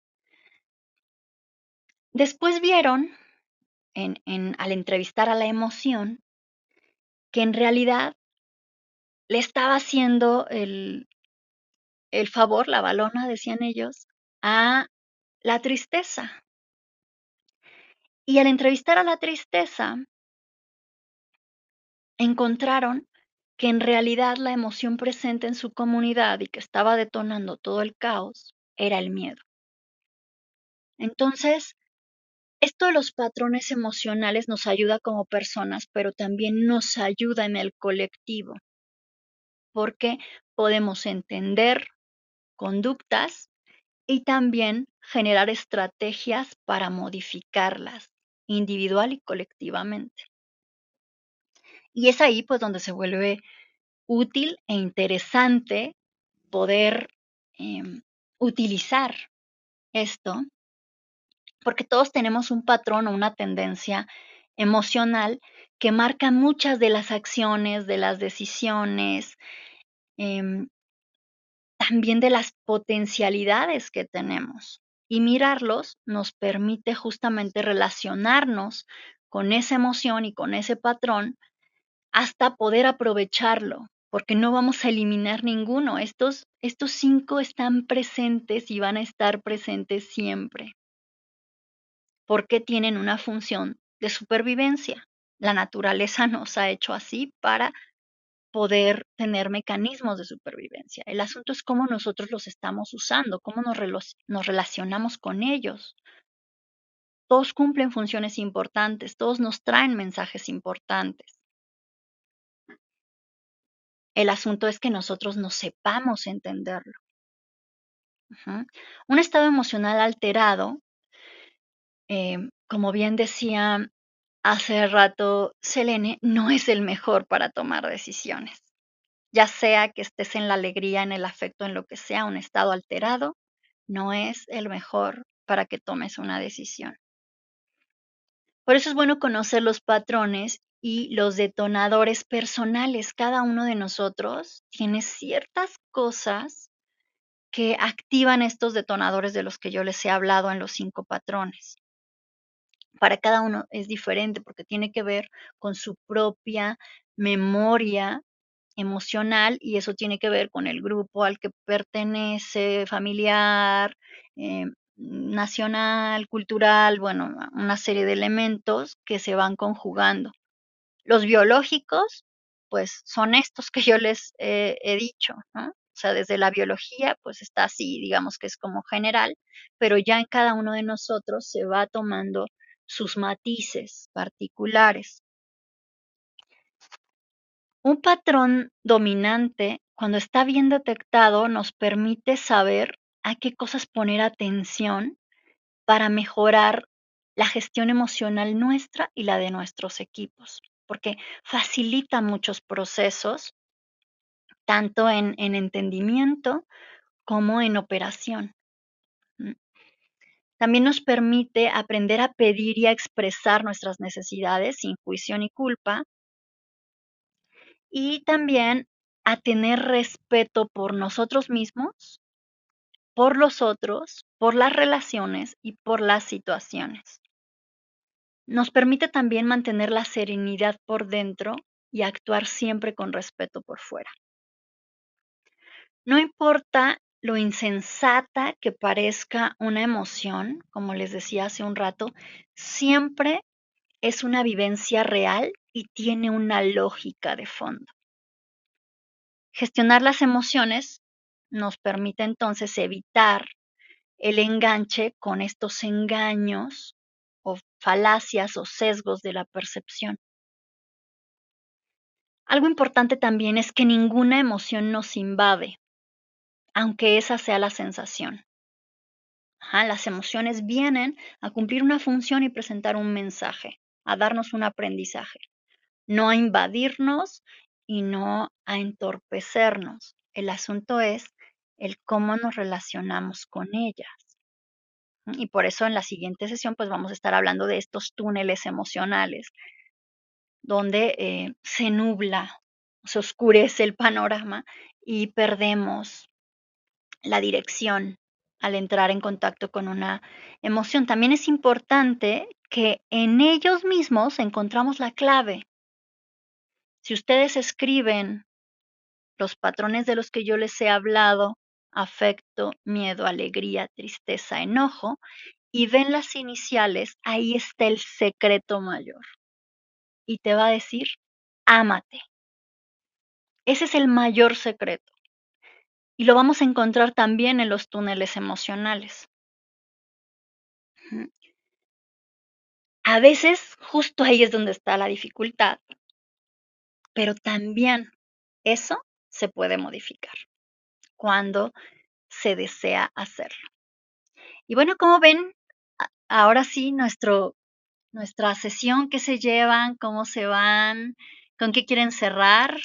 Después vieron, en, en- al entrevistar a la emoción, que en realidad le estaba haciendo el, el favor, la balona, decían ellos, a la tristeza. Y al entrevistar a la tristeza, encontraron que en realidad la emoción presente en su comunidad y que estaba detonando todo el caos era el miedo. Entonces, esto de los patrones emocionales nos ayuda como personas, pero también nos ayuda en el colectivo, porque podemos entender conductas y también generar estrategias para modificarlas individual y colectivamente. Y es ahí pues donde se vuelve útil e interesante poder em, utilizar esto, porque todos tenemos un patrón o una tendencia emocional que marca muchas de las acciones, de las decisiones, em, también de las potencialidades que tenemos. Y mirarlos nos permite justamente relacionarnos con esa emoción y con ese patrón hasta poder aprovecharlo, porque no vamos a eliminar ninguno. Estos, estos cinco están presentes y van a estar presentes siempre, porque tienen una función de supervivencia. La naturaleza nos ha hecho así para poder tener mecanismos de supervivencia. El asunto es cómo nosotros los estamos usando, cómo nos, relo- nos relacionamos con ellos. Todos cumplen funciones importantes, todos nos traen mensajes importantes. El asunto es que nosotros no sepamos entenderlo. Ujú. Un estado emocional alterado, eh, como bien decía hace rato Selene, no es el mejor para tomar decisiones. Ya sea que estés en la alegría, en el afecto, en lo que sea, un estado alterado no es el mejor para que tomes una decisión. Por eso es bueno conocer los patrones y los detonadores personales. Cada uno de nosotros tiene ciertas cosas que activan estos detonadores de los que yo les he hablado en los cinco patrones. Para cada uno es diferente porque tiene que ver con su propia memoria emocional y eso tiene que ver con el grupo al que pertenece, familiar, eh, nacional, cultural, bueno, una serie de elementos que se van conjugando. Los biológicos, pues son estos que yo les eh, he dicho, ¿no? O sea, desde la biología, pues está así, digamos que es como general, pero ya en cada uno de nosotros se va tomando sus matices particulares. Un patrón dominante, cuando está bien detectado, nos permite saber a qué cosas poner atención para mejorar la gestión emocional nuestra y la de nuestros equipos, porque facilita muchos procesos, tanto en, en entendimiento como en operación. ¿Mm? También nos permite aprender a pedir y a expresar nuestras necesidades sin juicio ni culpa y también a tener respeto por nosotros mismos, por los otros, por las relaciones y por las situaciones. Nos permite también mantener la serenidad por dentro y actuar siempre con respeto por fuera. No importa lo insensata que parezca una emoción, como les decía hace un rato, siempre es una vivencia real y tiene una lógica de fondo. Gestionar las emociones nos permite entonces evitar el enganche con estos engaños o falacias o sesgos de la percepción. Algo importante también es que ninguna emoción nos invade, aunque esa sea la sensación. Ajá, las emociones vienen a cumplir una función y presentar un mensaje, a darnos un aprendizaje, no a invadirnos y no a entorpecernos. El asunto es el cómo nos relacionamos con ellas. Y por eso en la siguiente sesión pues vamos a estar hablando de estos túneles emocionales, donde eh, se nubla, se oscurece el panorama y perdemos la dirección al entrar en contacto con una emoción. También es importante que en ellos mismos encontramos la clave. Si ustedes escriben los patrones de los que yo les he hablado, afecto, miedo, alegría, tristeza, enojo, y ven las iniciales, ahí está el secreto mayor. Y te va a decir, ámate. Ese es el mayor secreto. Y lo vamos a encontrar también en los túneles emocionales. A veces justo ahí es donde está la dificultad, pero también eso se puede modificar cuando se desea hacerlo. Y bueno, como ven, ahora sí, nuestro, nuestra sesión, ¿qué se llevan? ¿Cómo se van? ¿Con qué quieren cerrar?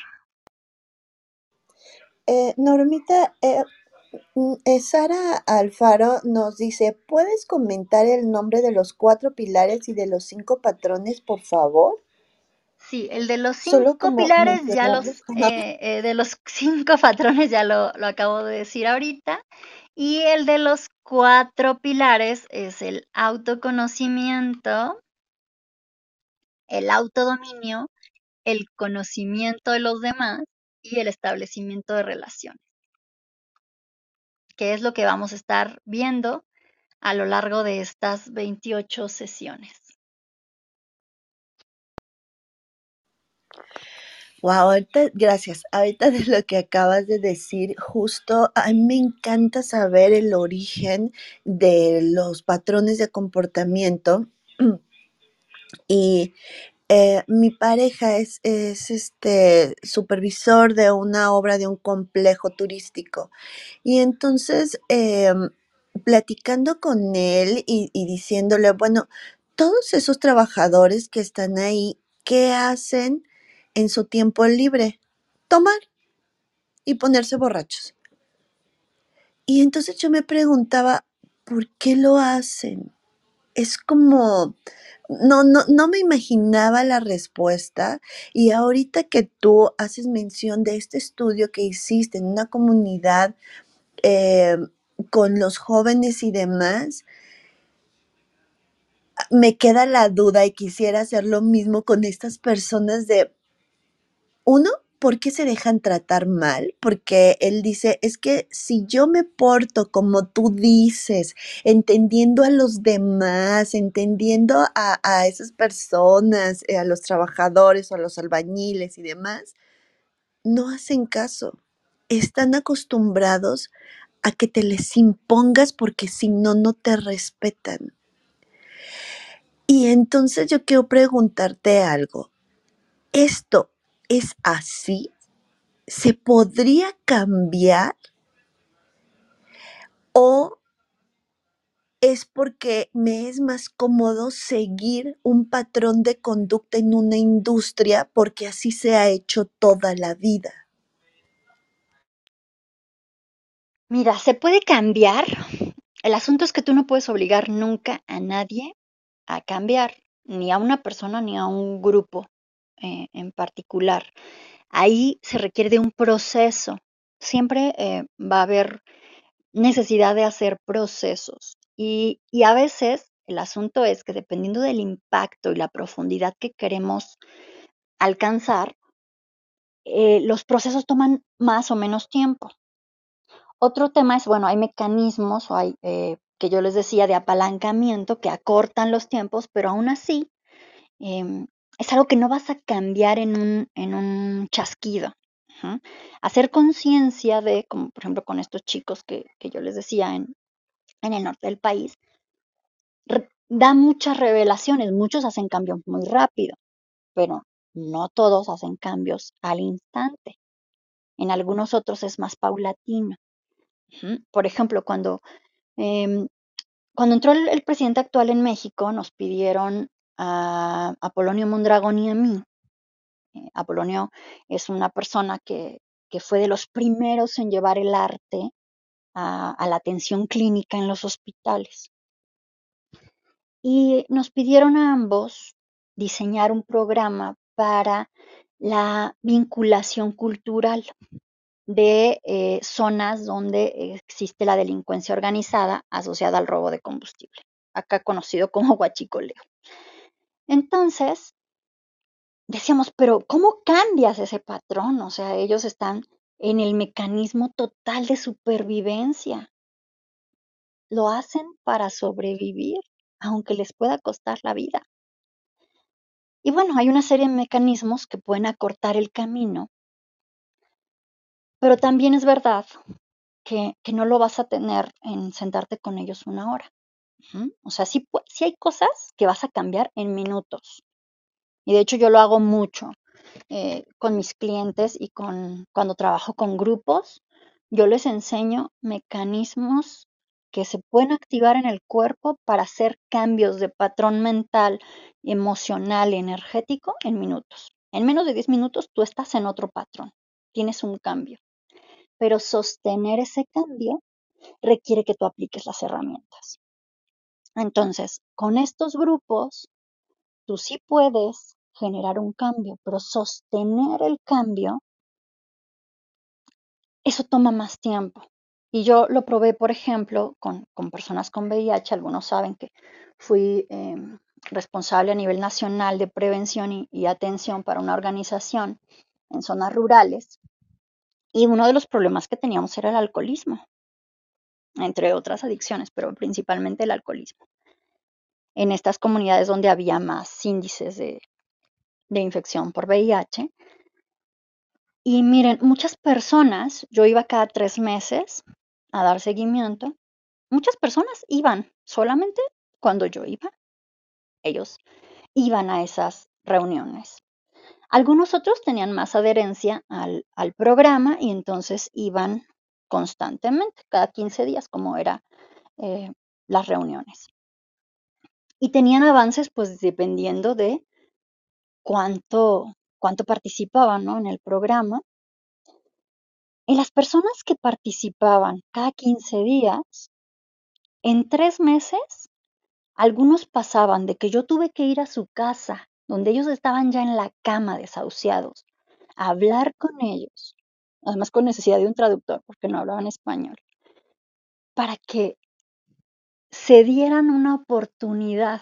Eh, Normita, eh, mm, eh, Sara Alfaro nos dice, ¿puedes comentar el nombre de los cuatro pilares y de los cinco patrones, por favor? Sí, el de los Solo cinco como pilares, ya los, mencionarlos como... eh, eh, de los cinco patrones ya lo, lo acabo de decir ahorita. Y el de los cuatro pilares es el autoconocimiento, el autodominio, el conocimiento de los demás y el establecimiento de relaciones, que es lo que vamos a estar viendo a lo largo de estas veintiocho sesiones. Wow, ahorita, gracias. Ahorita de lo que acabas de decir, justo a mí me encanta saber el origen de los patrones de comportamiento. Y eh, mi pareja es, es este supervisor de una obra de un complejo turístico. Y entonces, em, platicando con él y, y diciéndole, bueno, todos esos trabajadores que están ahí, ¿qué hacen en su tiempo libre? Tomar y ponerse borrachos. Y entonces yo me preguntaba, ¿por qué lo hacen? Es como, no, no, no me imaginaba la respuesta. Y ahorita que tú haces mención de este estudio que hiciste en una comunidad eh, con los jóvenes y demás, me queda la duda y quisiera hacer lo mismo con estas personas de, uno, ¿por qué se dejan tratar mal? Porque él dice, es que si yo me porto como tú dices, entendiendo a los demás, entendiendo a, a esas personas, eh, a los trabajadores o a los albañiles y demás, no hacen caso. Están acostumbrados a que te les impongas porque si no, no te respetan. Y entonces yo quiero preguntarte algo. ¿Esto es así? ¿Se podría cambiar o es porque me es más cómodo seguir un patrón de conducta en una industria porque así se ha hecho toda la vida? Mira, se puede cambiar. El asunto es que tú no puedes obligar nunca a nadie a cambiar, ni a una persona ni a un grupo eh, en particular. Ahí se requiere de un proceso. Siempre eh, va a haber necesidad de hacer procesos. Y, y a veces el asunto es que dependiendo del impacto y la profundidad que queremos alcanzar, eh, los procesos toman más o menos tiempo. Otro tema es, bueno, hay mecanismos o hay, eh, que yo les decía, de apalancamiento que acortan los tiempos, pero aún así em, es algo que no vas a cambiar en un, en un chasquido. Ujú. Hacer conciencia de, como por ejemplo con estos chicos que, que yo les decía en, en el norte del país, re- da muchas revelaciones, muchos hacen cambios muy rápido, pero no todos hacen cambios al instante. En algunos otros es más paulatino. Ujú. Por ejemplo, cuando, em, cuando entró el, el presidente actual en México, nos pidieron a, a Polonio Mondragón y a mí. Eh, Apolonio es una persona que, que fue de los primeros en llevar el arte a, a la atención clínica en los hospitales. Y nos pidieron a ambos diseñar un programa para la vinculación cultural de eh, zonas donde existe la delincuencia organizada asociada al robo de combustible, acá conocido como huachicoleo. Entonces, decíamos, pero ¿cómo cambias ese patrón? O sea, ellos están en el mecanismo total de supervivencia. Lo hacen para sobrevivir, aunque les pueda costar la vida. Y bueno, hay una serie de mecanismos que pueden acortar el camino, pero también es verdad que, que no lo vas a tener en sentarte con ellos una hora. Ujú. O sea, sí, pu- sí hay cosas que vas a cambiar en minutos. Y de hecho yo lo hago mucho eh, con mis clientes y con cuando trabajo con grupos. Yo les enseño mecanismos que se pueden activar en el cuerpo para hacer cambios de patrón mental, emocional, energético en minutos. En menos de diez minutos tú estás en otro patrón, tienes un cambio, pero sostener ese cambio requiere que tú apliques las herramientas. Entonces, con estos grupos, tú sí puedes generar un cambio, pero sostener el cambio, eso toma más tiempo. Y yo lo probé, por ejemplo, con, con personas con V I H. Algunos saben que fui eh, responsable a nivel nacional de prevención y, y atención para una organización en zonas rurales. Y uno de los problemas que teníamos era el alcoholismo, entre otras adicciones, pero principalmente el alcoholismo. En estas comunidades donde había más índices de, de infección por V I H. Y miren, muchas personas, yo iba cada tres meses a dar seguimiento, muchas personas iban solamente cuando yo iba, ellos iban a esas reuniones. Algunos otros tenían más adherencia al, al programa y entonces iban constantemente, cada quince días, como eran eh, las reuniones. Y tenían avances, pues dependiendo de cuánto, cuánto participaban, ¿no?, en el programa. En las personas que participaban cada quince días, en tres meses, algunos pasaban de que yo tuve que ir a su casa, donde ellos estaban ya en la cama desahuciados, a hablar con ellos, además con necesidad de un traductor porque no hablaban español, para que se dieran una oportunidad.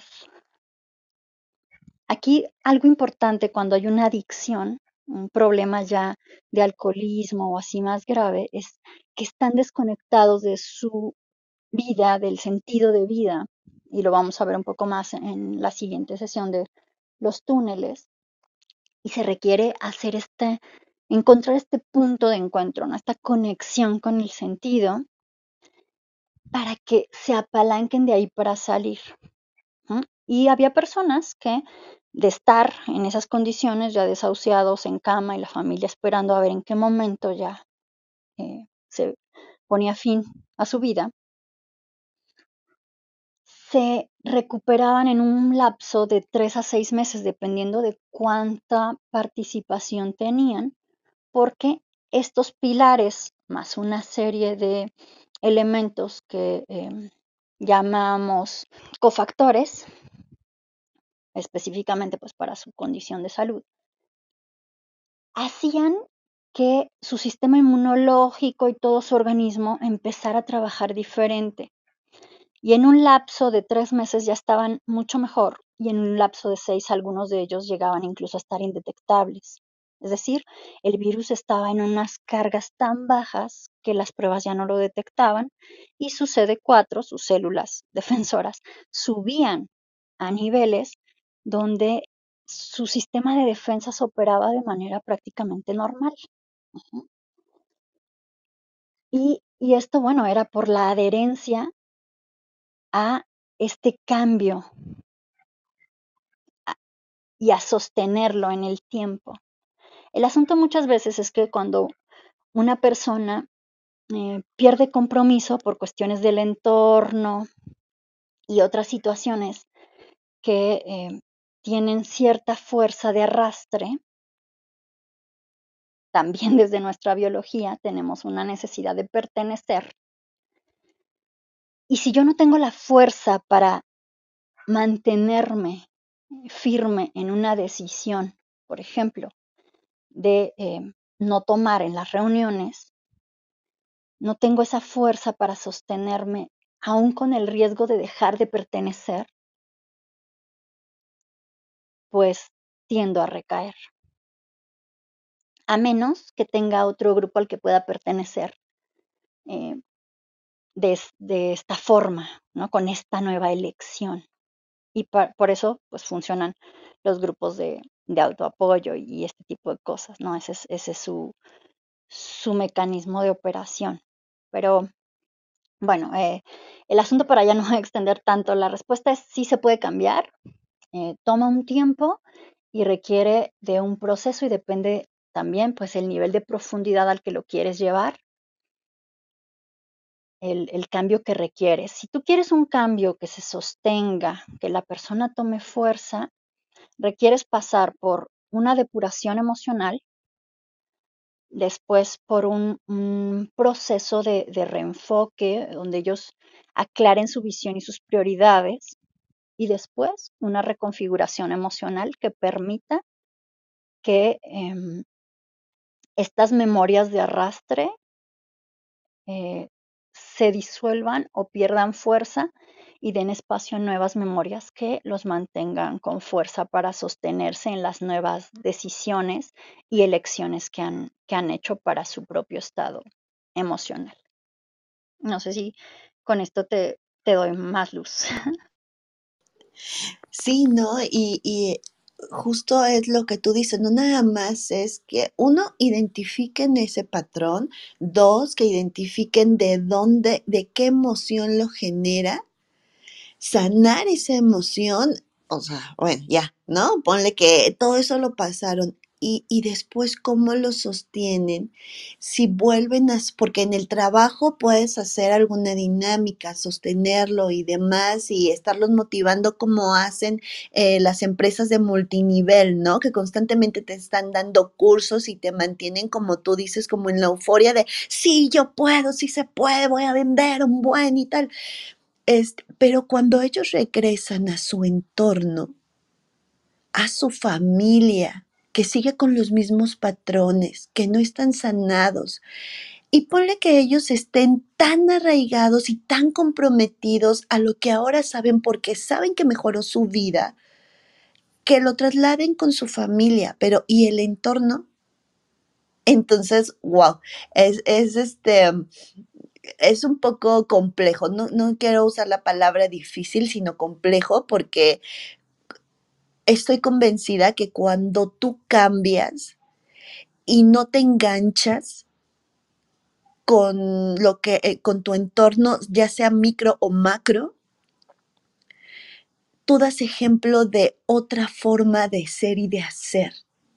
Aquí algo importante cuando hay una adicción, un problema ya de alcoholismo o así más grave, es que están desconectados de su vida, del sentido de vida, y lo vamos a ver un poco más en la siguiente sesión de los túneles, y se requiere hacer este, encontrar este punto de encuentro, ¿no?, esta conexión con el sentido, para que se apalanquen de ahí para salir. ¿Mm? Y había personas que de estar en esas condiciones, ya desahuciados en cama y la familia esperando a ver en qué momento ya eh, se ponía fin a su vida, se recuperaban en un lapso de tres a seis meses, dependiendo de cuánta participación tenían, porque estos pilares, más una serie de elementos que eh, llamamos cofactores, específicamente pues para su condición de salud, hacían que su sistema inmunológico y todo su organismo empezara a trabajar diferente. Y en un lapso de tres meses ya estaban mucho mejor, y en un lapso de seis algunos de ellos llegaban incluso a estar indetectables. Es decir, el virus estaba en unas cargas tan bajas que las pruebas ya no lo detectaban, y su C D cuatro, sus células defensoras, subían a niveles donde su sistema de defensas operaba de manera prácticamente normal. Uh-huh. Y, y esto, bueno, era por la adherencia a este cambio a, y a sostenerlo en el tiempo. El asunto muchas veces es que cuando una persona eh, pierde compromiso por cuestiones del entorno y otras situaciones que eh, tienen cierta fuerza de arrastre, también desde nuestra biología tenemos una necesidad de pertenecer. Y si yo no tengo la fuerza para mantenerme firme en una decisión, por ejemplo, de eh, no tomar en las reuniones, no tengo esa fuerza para sostenerme, aún con el riesgo de dejar de pertenecer, pues tiendo a recaer. A menos que tenga otro grupo al que pueda pertenecer eh, de, de, esta forma, ¿no? Con esta nueva elección. Y pa, por eso pues funcionan los grupos de, de autoapoyo y este tipo de cosas, ¿no? Ese es, ese es su, su mecanismo de operación. Pero bueno, eh, el asunto para ya no extender tanto, la respuesta es sí se puede cambiar, eh, toma un tiempo y requiere de un proceso y depende también pues el nivel de profundidad al que lo quieres llevar, el, el cambio que requieres. Si tú quieres un cambio que se sostenga, que la persona tome fuerza, requieres pasar por una depuración emocional, después por un, un proceso de, de reenfoque donde ellos aclaren su visión y sus prioridades y después una reconfiguración emocional que permita que eh, estas memorias de arrastre eh, se disuelvan o pierdan fuerza y den espacio a nuevas memorias que los mantengan con fuerza para sostenerse en las nuevas decisiones y elecciones que han, que han hecho para su propio estado emocional. No sé si con esto te, te doy más luz. Sí, ¿no? Y, y justo es lo que tú dices, no nada más es que uno, identifiquen ese patrón, dos, que identifiquen de dónde, de qué emoción lo genera, sanar esa emoción, o sea, bueno, ya, ¿no? Ponle que todo eso lo pasaron. Y, y después, ¿cómo lo sostienen? Si vuelven a, porque en el trabajo puedes hacer alguna dinámica, sostenerlo y demás, y estarlos motivando como hacen eh, las empresas de multinivel, ¿no? Que constantemente te están dando cursos y te mantienen, como tú dices, como en la euforia de, sí, yo puedo, sí se puede, voy a vender un buen y tal. Este, pero cuando ellos regresan a su entorno, a su familia, que sigue con los mismos patrones, que no están sanados, y ponle que ellos estén tan arraigados y tan comprometidos a lo que ahora saben porque saben que mejoró su vida, que lo trasladen con su familia, pero ¿y el entorno? Entonces, wow, es, es este, es un poco complejo. No, no quiero usar la palabra difícil, sino complejo, porque estoy convencida que cuando tú cambias y no te enganchas con lo que, eh, con tu entorno, ya sea micro o macro, tú das ejemplo de otra forma de ser y de hacer.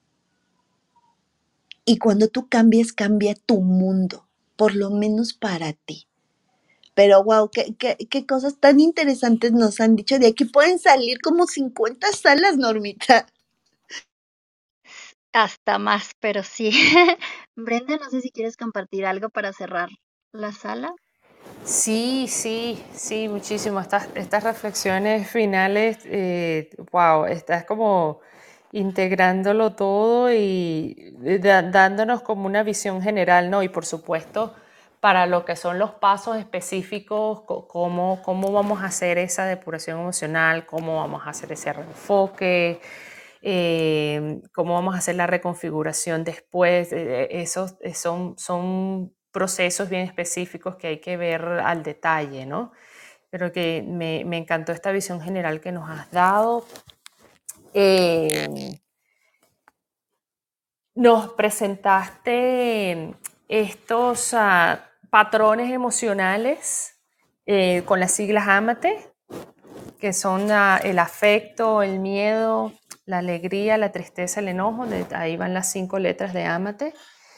Y cuando tú cambias, cambia tu mundo, por lo menos para ti. Pero wow, qué, qué, qué cosas tan interesantes nos han dicho. De aquí pueden salir como cincuenta salas, Normita. Hasta más, pero sí. Brenda, no sé si quieres compartir algo para cerrar la sala. Sí, sí, sí, muchísimo. Estas, estas reflexiones finales, eh, wow, estás como integrándolo todo y da- dándonos como una visión general, ¿no? Y por supuesto, para lo que son los pasos específicos, co- cómo, cómo vamos a hacer esa depuración emocional, cómo vamos a hacer ese reenfoque, eh, cómo vamos a hacer la reconfiguración después. Eh, esos eh, son, son procesos bien específicos que hay que ver al detalle, ¿no? Pero que me, me encantó esta visión general que nos has dado. Eh, nos presentaste estos uh, patrones emocionales eh, con las siglas AMATE, que son uh, el afecto, el miedo, la alegría, la tristeza, el enojo. De, ahí van las cinco letras de AMATE.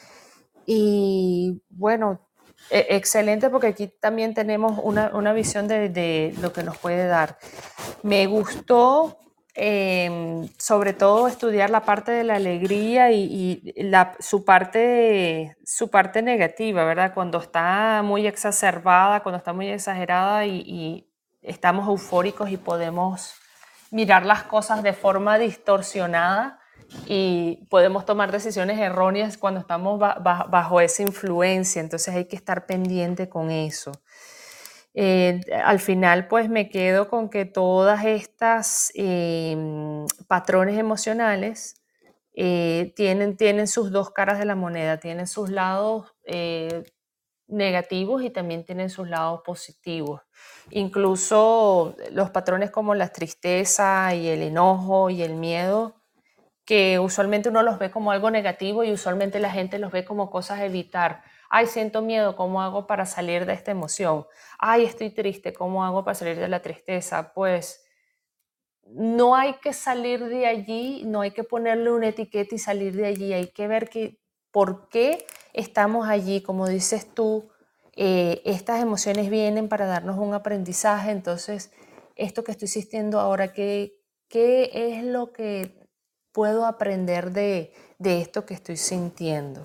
Y bueno, eh, excelente, porque aquí también tenemos una, una visión de, de lo que nos puede dar. Me gustó eh, sobre todo estudiar la parte de la alegría y, y la, su, parte, su parte negativa, ¿verdad? Cuando está muy exacerbada, cuando está muy exagerada y, y estamos eufóricos y podemos mirar las cosas de forma distorsionada y podemos tomar decisiones erróneas cuando estamos ba- ba- bajo esa influencia. Entonces hay que estar pendiente con eso. Eh, al final, pues me quedo con que todas estas eh, patrones emocionales eh, tienen, tienen sus dos caras de la moneda, tienen sus lados eh, negativos y también tienen sus lados positivos. Incluso los patrones como la tristeza y el enojo y el miedo, que usualmente uno los ve como algo negativo y usualmente la gente los ve como cosas a evitar. Ay, siento miedo, ¿cómo hago para salir de esta emoción? Ay, estoy triste, ¿cómo hago para salir de la tristeza? Pues no hay que salir de allí, no hay que ponerle una etiqueta y salir de allí, hay que ver que, por qué estamos allí, como dices tú, eh, estas emociones vienen para darnos un aprendizaje. Entonces, esto que estoy sintiendo ahora, ¿qué, qué es lo que puedo aprender de, de esto que estoy sintiendo?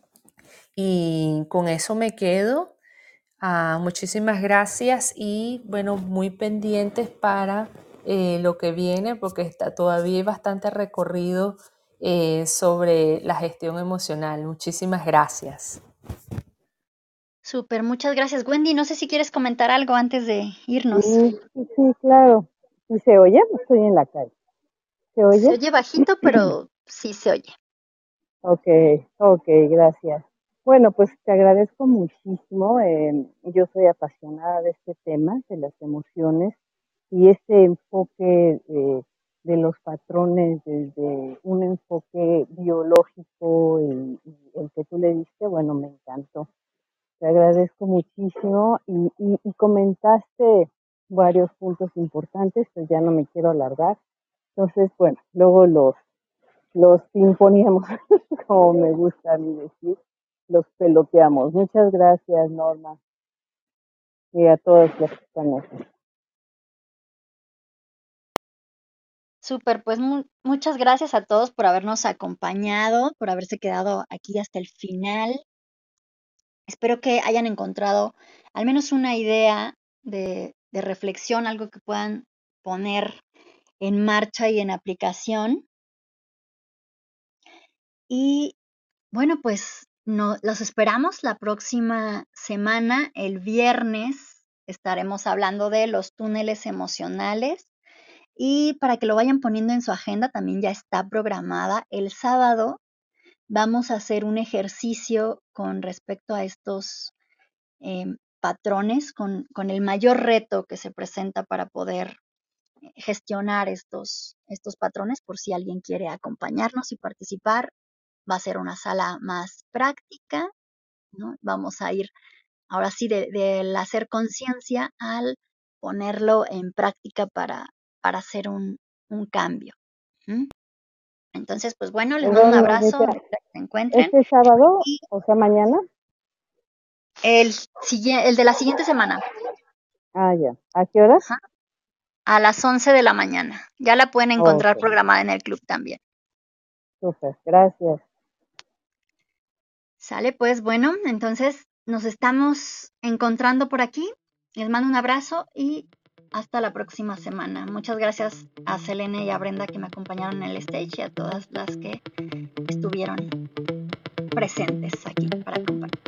Y con eso me quedo. Ah, muchísimas gracias y bueno, muy pendientes para eh, lo que viene, porque está, todavía hay bastante recorrido eh, sobre la gestión emocional. Muchísimas gracias. Súper, muchas gracias. Wendy, no sé si quieres comentar algo antes de irnos. Sí, sí, sí, claro. ¿Y se oye? Estoy en la calle. ¿Se oye? Se oye bajito, pero sí se oye. Ok, ok, gracias. Bueno, pues te agradezco muchísimo. Eh, yo soy apasionada de este tema, de las emociones y este enfoque eh, de los patrones desde un enfoque biológico y, y el que tú le diste, bueno, me encantó. Te agradezco muchísimo y, y, y comentaste varios puntos importantes, pues ya no me quiero alargar. Entonces, bueno, luego los los pimponeamos, como me gusta a mí decir, los peloteamos. Muchas gracias, Norma, y a todos los que están aquí. Súper, pues mu- muchas gracias a todos por habernos acompañado, por haberse quedado aquí hasta el final. Espero que hayan encontrado al menos una idea de, de reflexión, algo que puedan poner en marcha y en aplicación. Y bueno, pues no, los esperamos la próxima semana, el viernes, estaremos hablando de los túneles emocionales. Y para que lo vayan poniendo en su agenda, también ya está programada. El sábado vamos a hacer un ejercicio con respecto a estos eh, patrones, con, con el mayor reto que se presenta para poder gestionar estos, estos patrones, por si alguien quiere acompañarnos y participar. Va a ser una sala más práctica, ¿no? Vamos a ir ahora sí del de hacer conciencia al ponerlo en práctica para, para hacer un, un cambio. ¿Mm? Entonces, pues bueno, les mando un Perdón, abrazo Normita, donde quiera que se encuentren. ¿este sábado, Y o sea, mañana? el, el de la siguiente semana, Ah, ya. ¿A qué hora? ajá, a las once de la mañana. Ya la pueden encontrar Ok, programada en el club también. súper, gracias. Sale, pues bueno, entonces nos estamos encontrando por aquí. Les mando un abrazo y hasta la próxima semana. Muchas gracias a Selene y a Brenda que me acompañaron en el stage y a todas las que estuvieron presentes aquí para compartir.